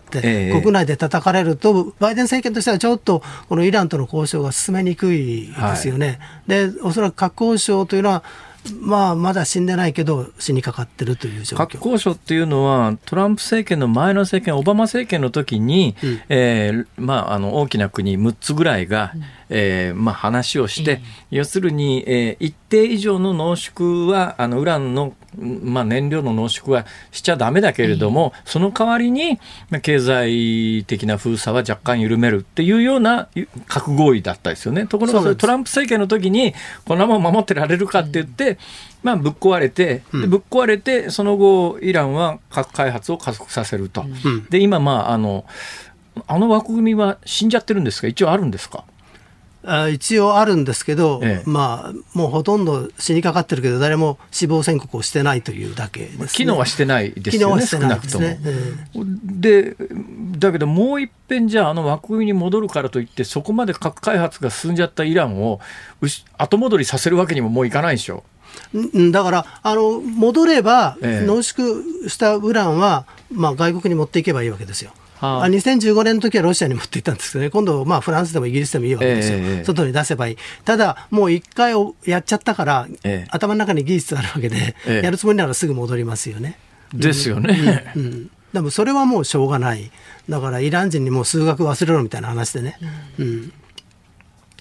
国内で叩かれるとバイデン政権としてはちょっとこのイランとの交渉が進めにくいですよね。でおそらく核交渉というのはまだ死んでないけど死にかかってるという状況。 核交渉っていうのはトランプ政権の前の政権、オバマ政権の時に、大きな国6つぐらいが、話をして、要するに、一定以上の濃縮はウランの、燃料の濃縮はしちゃダメだけれども、その代わりに経済的な封鎖は若干緩めるっていうような核合意だったですよね。ところがそれトランプ政権の時にこんなもん守ってられるかって言ってぶっ壊れて、その後イランは核開発を加速させると、で今あの枠組みは死んじゃってるんですか？一応あるんですか？ 一応あるんですけど、もうほとんど死にかかってるけど誰も死亡宣告をしてないというだけですね。 機能はしてないですよね、少なくとも。でだけどもう一遍じゃあ枠組みに戻るからといってそこまで核開発が進んじゃったイランを後戻りさせるわけにももういかないでしょ。 だから戻れば、濃縮したウランは、外国に持っていけばいいわけですよ。2015年の時はロシアに持っていったんですけどね、今度フランスでもイギリスでもいいわけですよ、外に出せばいい。ただもう一回やっちゃったから、頭の中に技術あるわけで、やるつもりならすぐ戻りますよね。 ですよね。 でもそれはもうしょうがない。だからイラン人にもう数学忘れろみたいな話でね、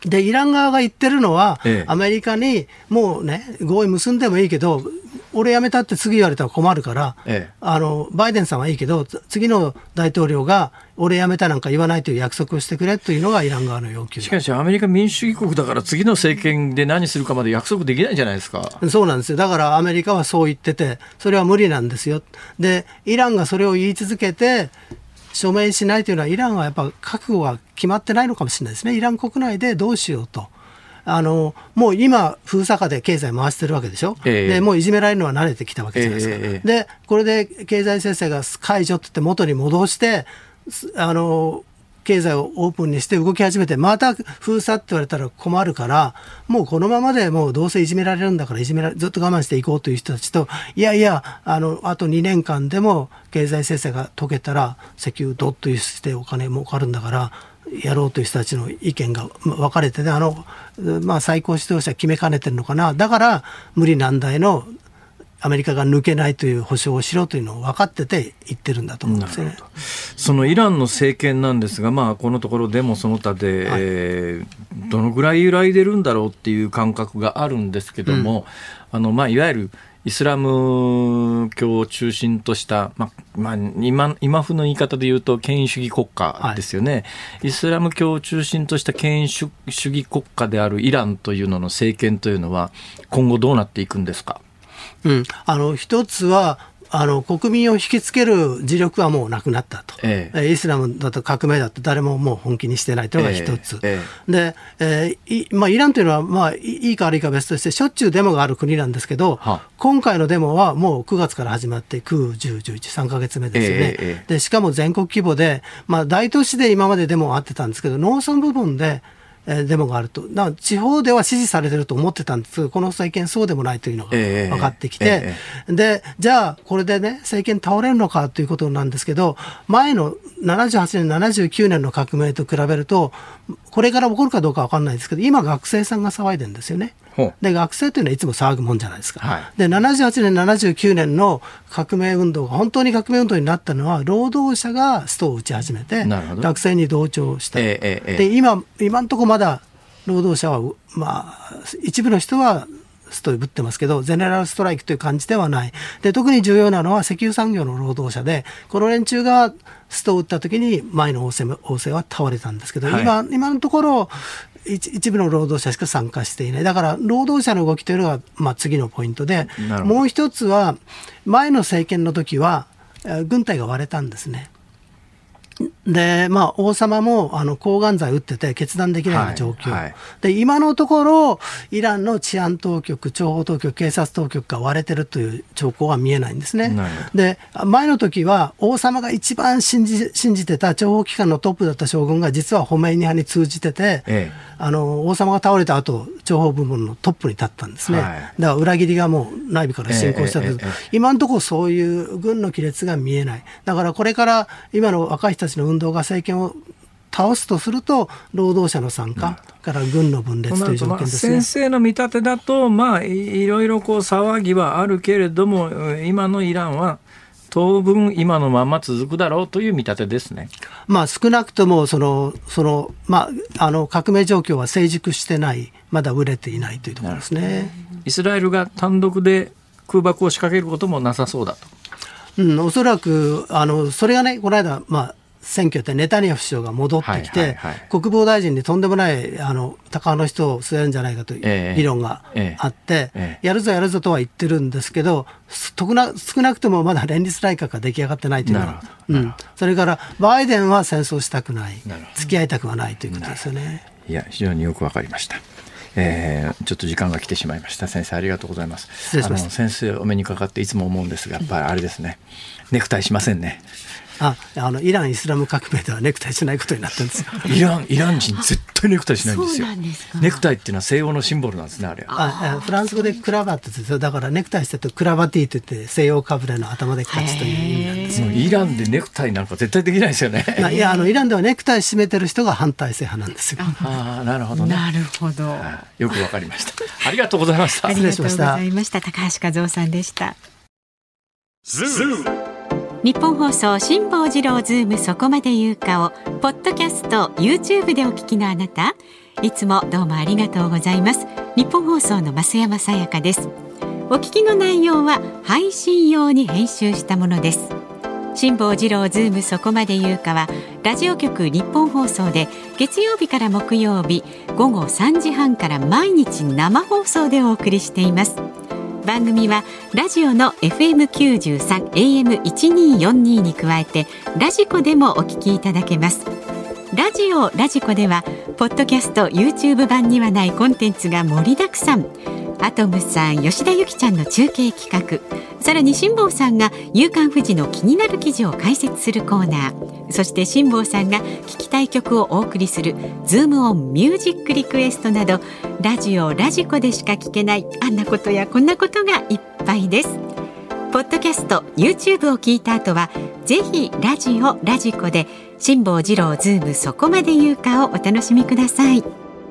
でイラン側が言ってるのは、 ええ、 アメリカにもうね合意結んでもいいけど俺辞めたって次言われたら困るから、 ええ、 バイデンさんはいいけど次の大統領が俺辞めたなんか言わないという約束をしてくれというのがイラン側の要求。 しかしアメリカ民主主義国だから次の政権で何するかまで約束できないんじゃないですか。 そうなんですよ。だからアメリカはそう言っててそれは無理なんですよ。でイランがそれを言い続けて署名しないというのはイランはやっぱ覚悟が決まってないのかもしれないですね。イラン国内でどうしようともう今封鎖下で経済回してるわけでしょ、でもういじめられるのは慣れてきたわけじゃないですか、でこれで経済制裁が解除って言って元に戻して経済をオープンにして動き始めてまた封鎖って言われたら困るからもうこのままでもうどうせいじめられるんだからずっと我慢していこうという人たちといやいやあと2年間でも経済制裁が解けたら石油どっと輸出してお金儲かるんだからやろうという人たちの意見が分かれてね最高指導者決めかねてるのかな。だから無理難題のアメリカが抜けないという保証をしろというのを分かってて言ってるんだと思うんですよね。 そのイランの政権なんですが、このところでもその他で、どのぐらい揺らいでるんだろうっていう感覚があるんですけども、いわゆるイスラム教を中心とした、今風の言い方で言うと権威主義国家ですよね、イスラム教を中心とした権威主義国家であるイランというのの政権というのは今後どうなっていくんですか。 一つは国民を引きつける磁力はもうなくなったと、イスラムだと革命だと誰ももう本気にしてないというのが一つ、で、イランというのは、いいか悪いか別としてしょっちゅうデモがある国なんですけど、今回のデモはもう9月から始まって9、10、11、3ヶ月目ですよね、でしかも全国規模で、大都市で今までデモがあってたんですけど農村部分でデモがあると地方では支持されてると思ってたんですけどこの政権そうでもないというのが分かってきて、でじゃあこれでね政権倒れるのかということなんですけど前の78年79年の革命と比べるとこれから起こるかどうか分かんないですけど今学生さんが騒いでるんですよね。で学生というのはいつも騒ぐもんじゃないですか、で78年79年の革命運動が本当に革命運動になったのは労働者がストを打ち始めて学生に同調した、で今のところまだ労働者は、一部の人はストを打ってますけどゼネラルストライクという感じではない。で特に重要なのは石油産業の労働者でこの連中がストを打った時に前の王政は倒れたんですけど、今のところ一部の労働者しか参加していない。だから労働者の動きというのが、次のポイントでもう一つは前の政権の時は軍隊が割れたんですね。で王様も抗がん剤打ってて決断できないような状況、で今のところイランの治安当局諜報当局警察当局が割れてるという兆候は見えないんですね。で前の時は王様が一番信じてた諜報機関のトップだった将軍が実はホメイニ派に通じてて、王様が倒れた後諜報部門のトップに立ったんですね、だから裏切りがもう内部から進行したんです、今のところそういう軍の亀裂が見えない。だからこれから今の若い人たちの運動が政権を倒すとすると労働者の参加から軍の分裂という条件ですね。 先生の見立てだと、いろいろ騒ぎはあるけれども今のイランは当分今のまま続くだろうという見立てですね。 少なくとも革命状況は成熟してないまだ売れていないというところですね。 イスラエルが単独で空爆を仕掛けることもなさそうだと。 おそらくそれがねこの間選挙でネタニヤフ首相が戻ってきて、国防大臣にとんでもない高の人を据えるんじゃないかという議論があって、やるぞとは言ってるんですけど少なくともまだ連立内閣が出来上がってないというのは、それからバイデンは戦争したくない付き合いたくはないということですよね。 いや非常によくわかりました。ちょっと時間が来てしまいました。先生ありがとうございます。 失礼しました。 先生お目にかかっていつも思うんですがやっぱりあれですね、ネクタイしませんね。 イランイスラム革命ではネクタイしないことになってるんですよ。 イラン人絶対ネクタイしないんですよ。ネクタイっていうのは西洋のシンボルなんですね。あれフランス語でクラバットですよ。だからネクタイしてるとクラバティといって西洋かぶれの頭で勝つという意味なんですよ。 イランでネクタイなんか絶対できないですよね。 イランではネクタイ締めてる人が反体制派なんですよ。 なるほどね。 なるほど。 よくわかりました。ありがとうございました。 ありがとうございました。高橋和夫さんでした。日本放送辛坊治郎ズームそこまで言うかをポッドキャスト YouTube でお聞きのあなた、 いつもどうもありがとうございます。日本放送の増山さやかです。お聞きの内容は配信用に編集したものです。辛坊治郎ズームそこまで言うかはラジオ局日本放送で月曜日から木曜日午後3時半から毎日生放送でお送りしています。番組はラジオの FM93 AM1242 に加えてラジコでもお聞きいただけます。ラジオラジコではポッドキャスト YouTube 版にはないコンテンツが盛りだくさん。アトムさん、吉田ゆきちゃんの中継企画、さらに辛坊さんが夕刊フジの気になる記事を解説するコーナー、そして辛坊さんが聞きたい曲をお送りするズームオンミュージックリクエストなど、ラジオラジコでしか聞けないあんなことやこんなことがいっぱいです。ポッドキャスト YouTube を聞いた後はぜひラジオラジコで辛坊治郎ズームそこまで言うかをお楽しみください。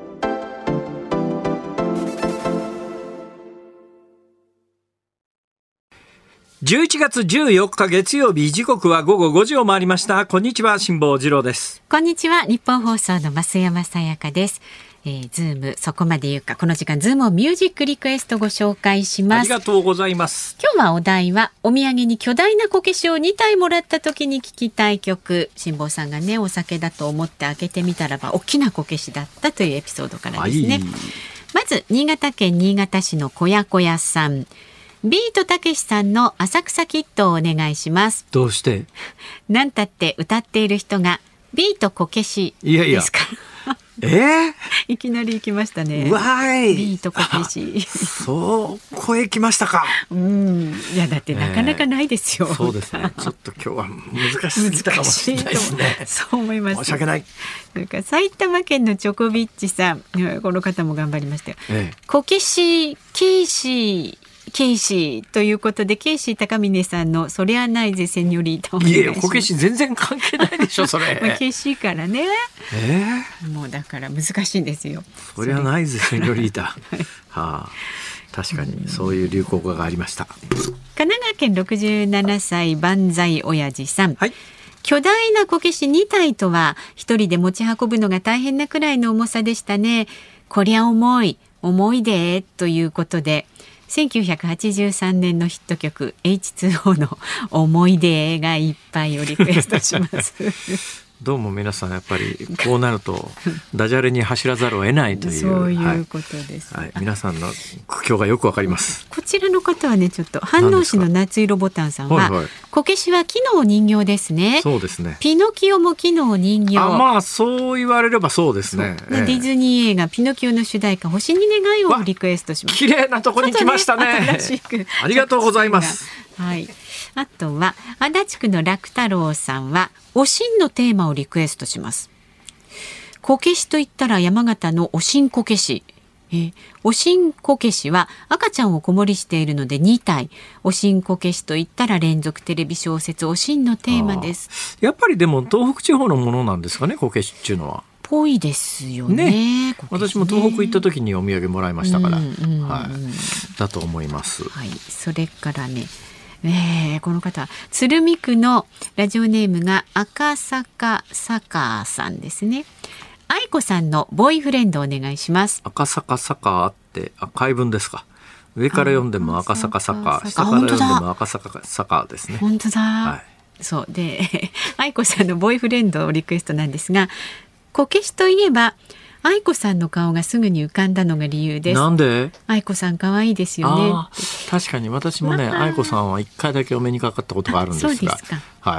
11月14日月曜日、時刻は午後5時を回りました。こんにちは、辛坊治郎です。 こんにちは、日本放送の増山さやかです。ズームそこまで言うか、この時間ズームをミュージックリクエストご紹介します。 ありがとうございます。 今日はお題はお土産に巨大なこけしを2体もらった時に聞きたい曲。辛坊さんがね、お酒だと思って開けてみたらば大きなこけしだったというエピソードからですね。まず新潟県新潟市の小屋小屋さん、ビートたけしさんの浅草キッドをお願いします。 どうして？ なんたって歌っている人がビートこけしですか？いきなり行きましたね。 わーい。 ビートこけし。 そう、声来ましたか。 いやだってなかなかないですよ。 そうですね。ちょっと今日は難しすぎたかもしれないですね。 そう思います。 申し訳ない。 それから埼玉県のチョコビッチさん、この方も頑張りましたよ。こけしケイシーということで、ケイシー高峰さんのそりゃないぜセニョリータをお願いします。いや、 こけし全然関係ないでしょそれ。 ケイシーからね、もうだから難しいんですよ。 そりゃないぜセニョリータ、はあ、確かにそういう流行語がありました。 神奈川県67歳万歳親父さん、 はい、 巨大なこけし2体とは一人で持ち運ぶのが大変なくらいの重さでしたね。こりゃ重いでということで、1983年のヒット曲 H2O の思い出がいっぱいをリクエストしますどうも皆さんやっぱりこうなるとダジャレに走らざるを得ないというそういうことです、 皆さんの苦境がよくわかります。 こちらの方はね、ちょっと飯能市の夏色ボタンさんは、こけしは木の人形ですね。 そうですね。 ピノキオも木の人形。 まあそう言われればそうですね。 ディズニー映画ピノキオの主題歌星に願いをリクエストします。 綺麗なところに来ましたね。ありがとうございます。 はい。あとは足立区の楽太郎さんはおしんのテーマをリクエストします。こけしといったら山形のおしんこけし。おしんこけしは赤ちゃんを子守りしているので2体。おしんこけしといったら連続テレビ小説おしんのテーマです。 やっぱりでも東北地方のものなんですかね、こけしっていうのは。 ぽいですよね。 私も東北行った時にお土産もらいましたから、だと思います。 はい、それからね、この方鶴見区のラジオネームが赤坂サカーさんですね。愛子さんのボーイフレンドお願いします。 赤坂サカーって回文ですか。上から読んでも赤坂サカー、下から読んでも赤坂サカーですね。 本当だ、そうで愛子さんのボーイフレンドリクエストなんですが、こけしといえば愛子さんの顔がすぐに浮かんだのが理由です。 なんで？ 愛子さん可愛いですよね。 確かに私もね、愛子さんは1回だけお目にかかったことがあるんですが、 そうですか。 はい、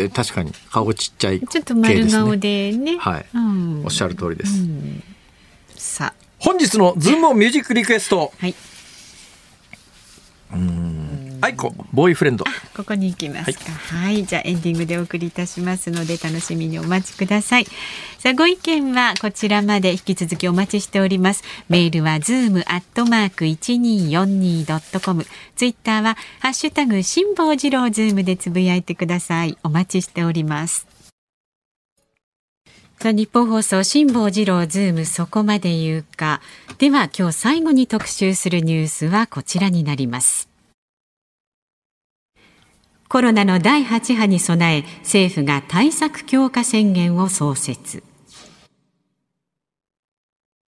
確かに顔ちっちゃい系ですね。 ちょっと丸顔でね、 はい、おっしゃる通りです。 さあ本日のズームミュージックリクエスト、はい、愛子ボーイフレンド、 ここに行きますか。はい、じゃあエンディングでお送りいたしますので楽しみにお待ちください。さあご意見はこちらまで引き続きお待ちしております。メールは zoom@1242.com、 ツイッターはハッシュタグ辛坊治郎ズームでつぶやいてください。お待ちしております。さあ日本放送辛坊治郎ズームそこまで言うか。では今日最後に特集するニュースはこちらになります。コロナの第8波に備え、政府が対策強化宣言を創設。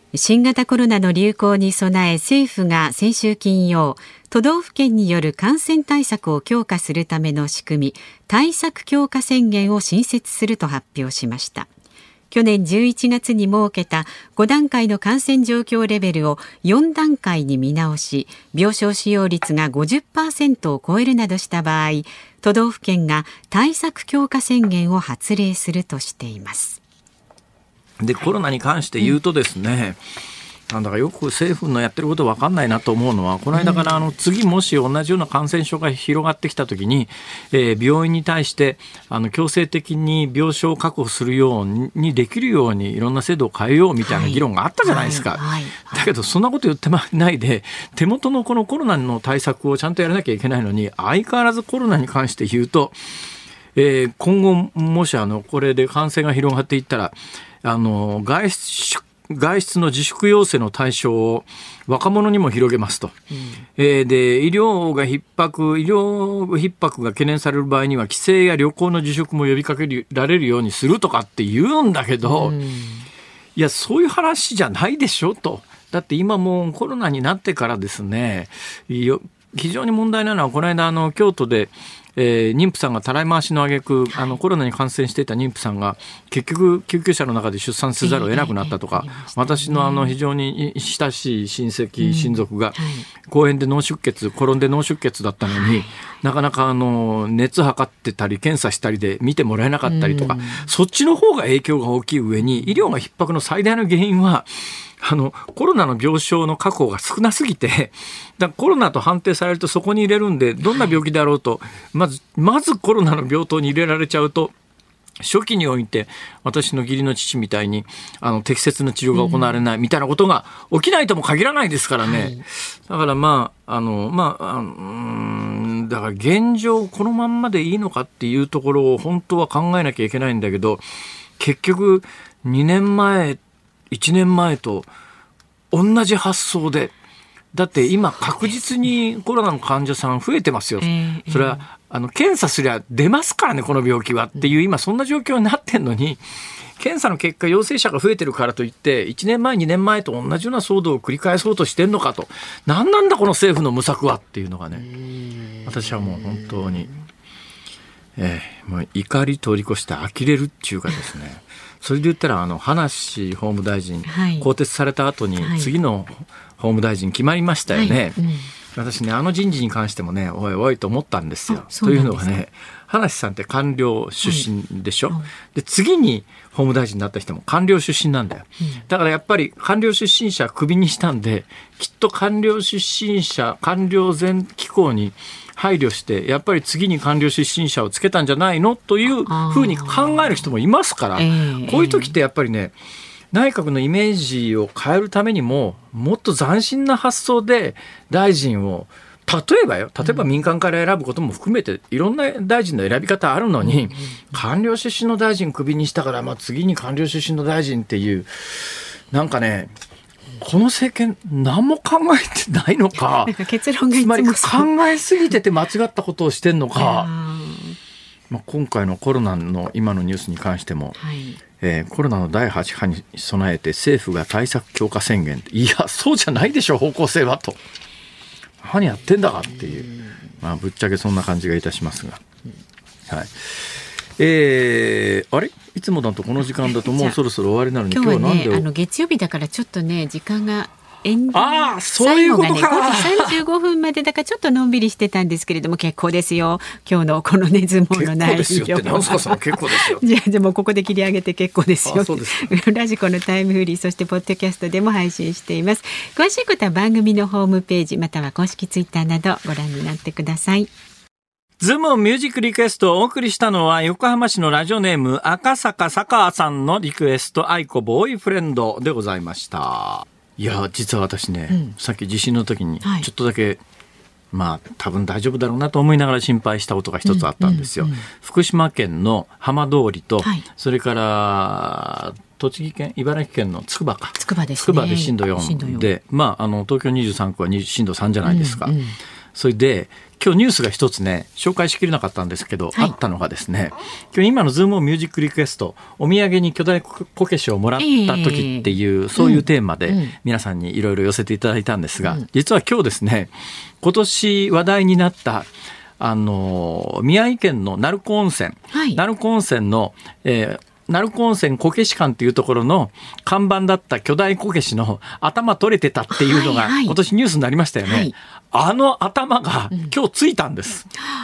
新型コロナの流行に備え、政府が先週金曜、都道府県による感染対策を強化するための仕組み、対策強化宣言を新設すると発表しました。去年11月に設けた5段階の感染状況レベルを4段階に見直し、病床使用率が 50% を超えるなどした場合、都道府県が対策強化宣言を発令するとしています。 でコロナに関して言うとですね、なんだかよく政府のやってること分かんないなと思うのは、この間から次もし同じような感染症が広がってきたときに、病院に対して強制的に病床を確保するようにできるようにいろんな制度を変えようみたいな議論があったじゃないですか。だけどそんなこと言ってないで、手元のこのコロナの対策をちゃんとやらなきゃいけないのに、相変わらずコロナに関して言うと、今後もしこれで感染が広がっていったら、外出の自粛要請の対象を若者にも広げますと、で医療逼迫が懸念される場合には帰省や旅行の自粛も呼びかけられるようにするとかって言うんだけど、いやそういう話じゃないでしょと。だって今もうコロナになってからですね、非常に問題なのは、この間京都で妊婦さんがたらい回しの挙句、コロナに感染していた妊婦さんが結局救急車の中で出産せざるを得なくなったとか、私の非常に親しい親戚、親族が公園で脳出血、転んで脳出血だったのに、なかなか熱測ってたり検査したりで見てもらえなかったりとか、そっちの方が影響が大きい上に、医療が逼迫の最大の原因はコロナの病床の確保が少なすぎて、だコロナと判定されるとそこに入れるんで、どんな病気であろうと、まずコロナの病棟に入れられちゃうと、初期において私の義理の父みたいに適切な治療が行われないみたいなことが起きないとも限らないですからね。だからだから現状このまんまでいいのかっていうところを本当は考えなきゃいけないんだけど、結局2年前1年前と同じ発想で、だって今確実にコロナの患者さん増えてますよ。それは検査すりゃ出ますからね、この病気はっていう、今そんな状況になってんのに、検査の結果陽性者が増えてるからといって1年前2年前と同じような騒動を繰り返そうとしてんのかと。何なんだこの政府の無策はっていうのがね、私はもう本当に、もう怒り通り越して呆れるっていうかですねそれで言ったら葉梨法務大臣、更迭された後に次の法務大臣決まりましたよね。私ね、人事に関してもね、おいおいと思ったんですよ。というのはね、葉梨さんって官僚出身でしょ、で次に法務大臣になった人も官僚出身なんだよ。だからやっぱり官僚出身者クビにしたんで、きっと官僚出身者、官僚前機構に配慮して、やっぱり次に官僚出身者をつけたんじゃないのというふうに考える人もいますから、こういう時ってやっぱりね、内閣のイメージを変えるためにも、もっと斬新な発想で大臣を、例えば民間から選ぶことも含めていろんな大臣の選び方あるのに、官僚出身の大臣クビにしたから、次に官僚出身の大臣っていう、なんかね、この政権何も考えてないのか、 結論がいつもつまり考えすぎてて間違ったことをしてんのか、今回のコロナの今のニュースに関しても、コロナの第8波に備えて政府が対策強化宣言、いやそうじゃないでしょ方向性はと、何やってんだかっていう、ぶっちゃけそんな感じがいたしますが、あれいつもだとこの時間だともうそろそろ終わりなのに、 今日はね、月曜日だからちょっとね時間がそういうことか。 最後がね5時35分までだからちょっとのんびりしてたんですけれども、結構ですよ今日のこのね相撲の内容。 結構ですよって何すか、その結構ですよじゃあもうここで切り上げて結構ですよ。 そうですラジコのタイムフリー、そしてポッドキャストでも配信しています。詳しいことは番組のホームページまたは公式ツイッターなどご覧になってください。 ズームミュージックリクエストをお送りしたのは、横浜市のラジオネーム赤坂坂さんのリクエスト、愛子ボーイフレンドでございました。いや実は私ね、さっき地震の時にちょっとだけ、多分大丈夫だろうなと思いながら心配したことが一つあったんですよ。福島県の浜通りと、それから栃木県茨城県のつくばですね。つくばで震度4で、東京23区は震度3じゃないですか。 それで今日ニュースが一つね紹介しきれなかったんですけど、あったのがですね、今日今のズームミュージックリクエスト、お土産に巨大こけしをもらった時っていう、そういうテーマで皆さんにいろいろ寄せていただいたんですが、実は今日ですね、今年話題になった宮城県の鳴子温泉、鳴子温泉の、鳴子温泉こけし館というところの看板だった巨大こけしの頭取れてたっていうのが今年ニュースになりましたよね。あの頭が今日ついたんです。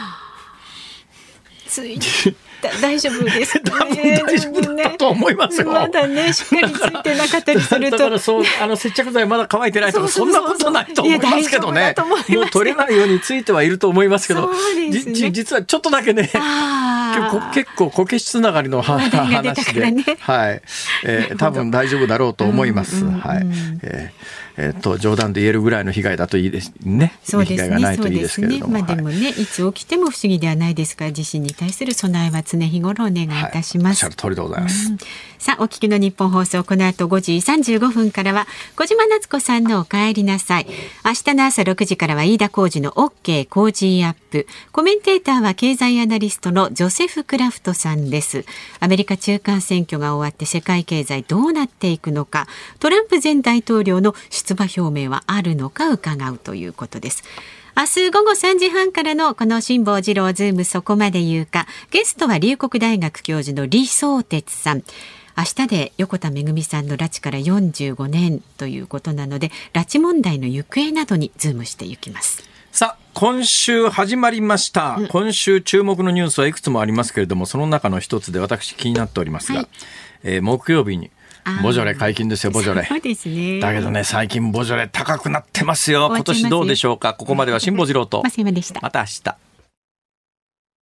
ついた、大丈夫ですかね。 多分大丈夫だと思いますよ。 まだね、しっかりついてなかったりすると。 だから接着剤まだ乾いてないとか、そんなことないと思いますけどね。もう取れないようについてはいると思いますけど、実はちょっとだけね、結構こけしつながりの話で、多分大丈夫だろうと思います。冗談で言えるぐらいの被害だといいですね。被害がないといいですけれども。 でもね、いつ起きても不思議ではないですから、地震に対する備えは常日頃お願いいたします。 おっしゃる通りでございます。 さあ、お聞きの日本放送、この後5時35分からは小島夏子さんのお帰りなさい。明日の朝6時からは飯田浩司の OK 工事アップ。コメンテーターは経済アナリストのジョセフ・クラフトさんです。アメリカ中間選挙が終わって世界経済どうなっていくのか、トランプ前大統領の出馬表明はあるのか伺うということです。明日午後3時半からのこの辛坊治郎ズームそこまで言うか、ゲストは龍谷大学教授の李相哲さん。明日で横田めぐみさんの拉致から45年ということなので、拉致問題の行方などにズームしていきます。 さあ、今週始まりました。今週注目のニュースはいくつもありますけれども、その中の一つで私気になっておりますが、木曜日にボジョレ解禁ですよ。ボジョレ。 そうですね。 だけどね、最近ボジョレ高くなってますよ。今年どうでしょうか。ここまでは辛坊治郎と増山でした。 また明日。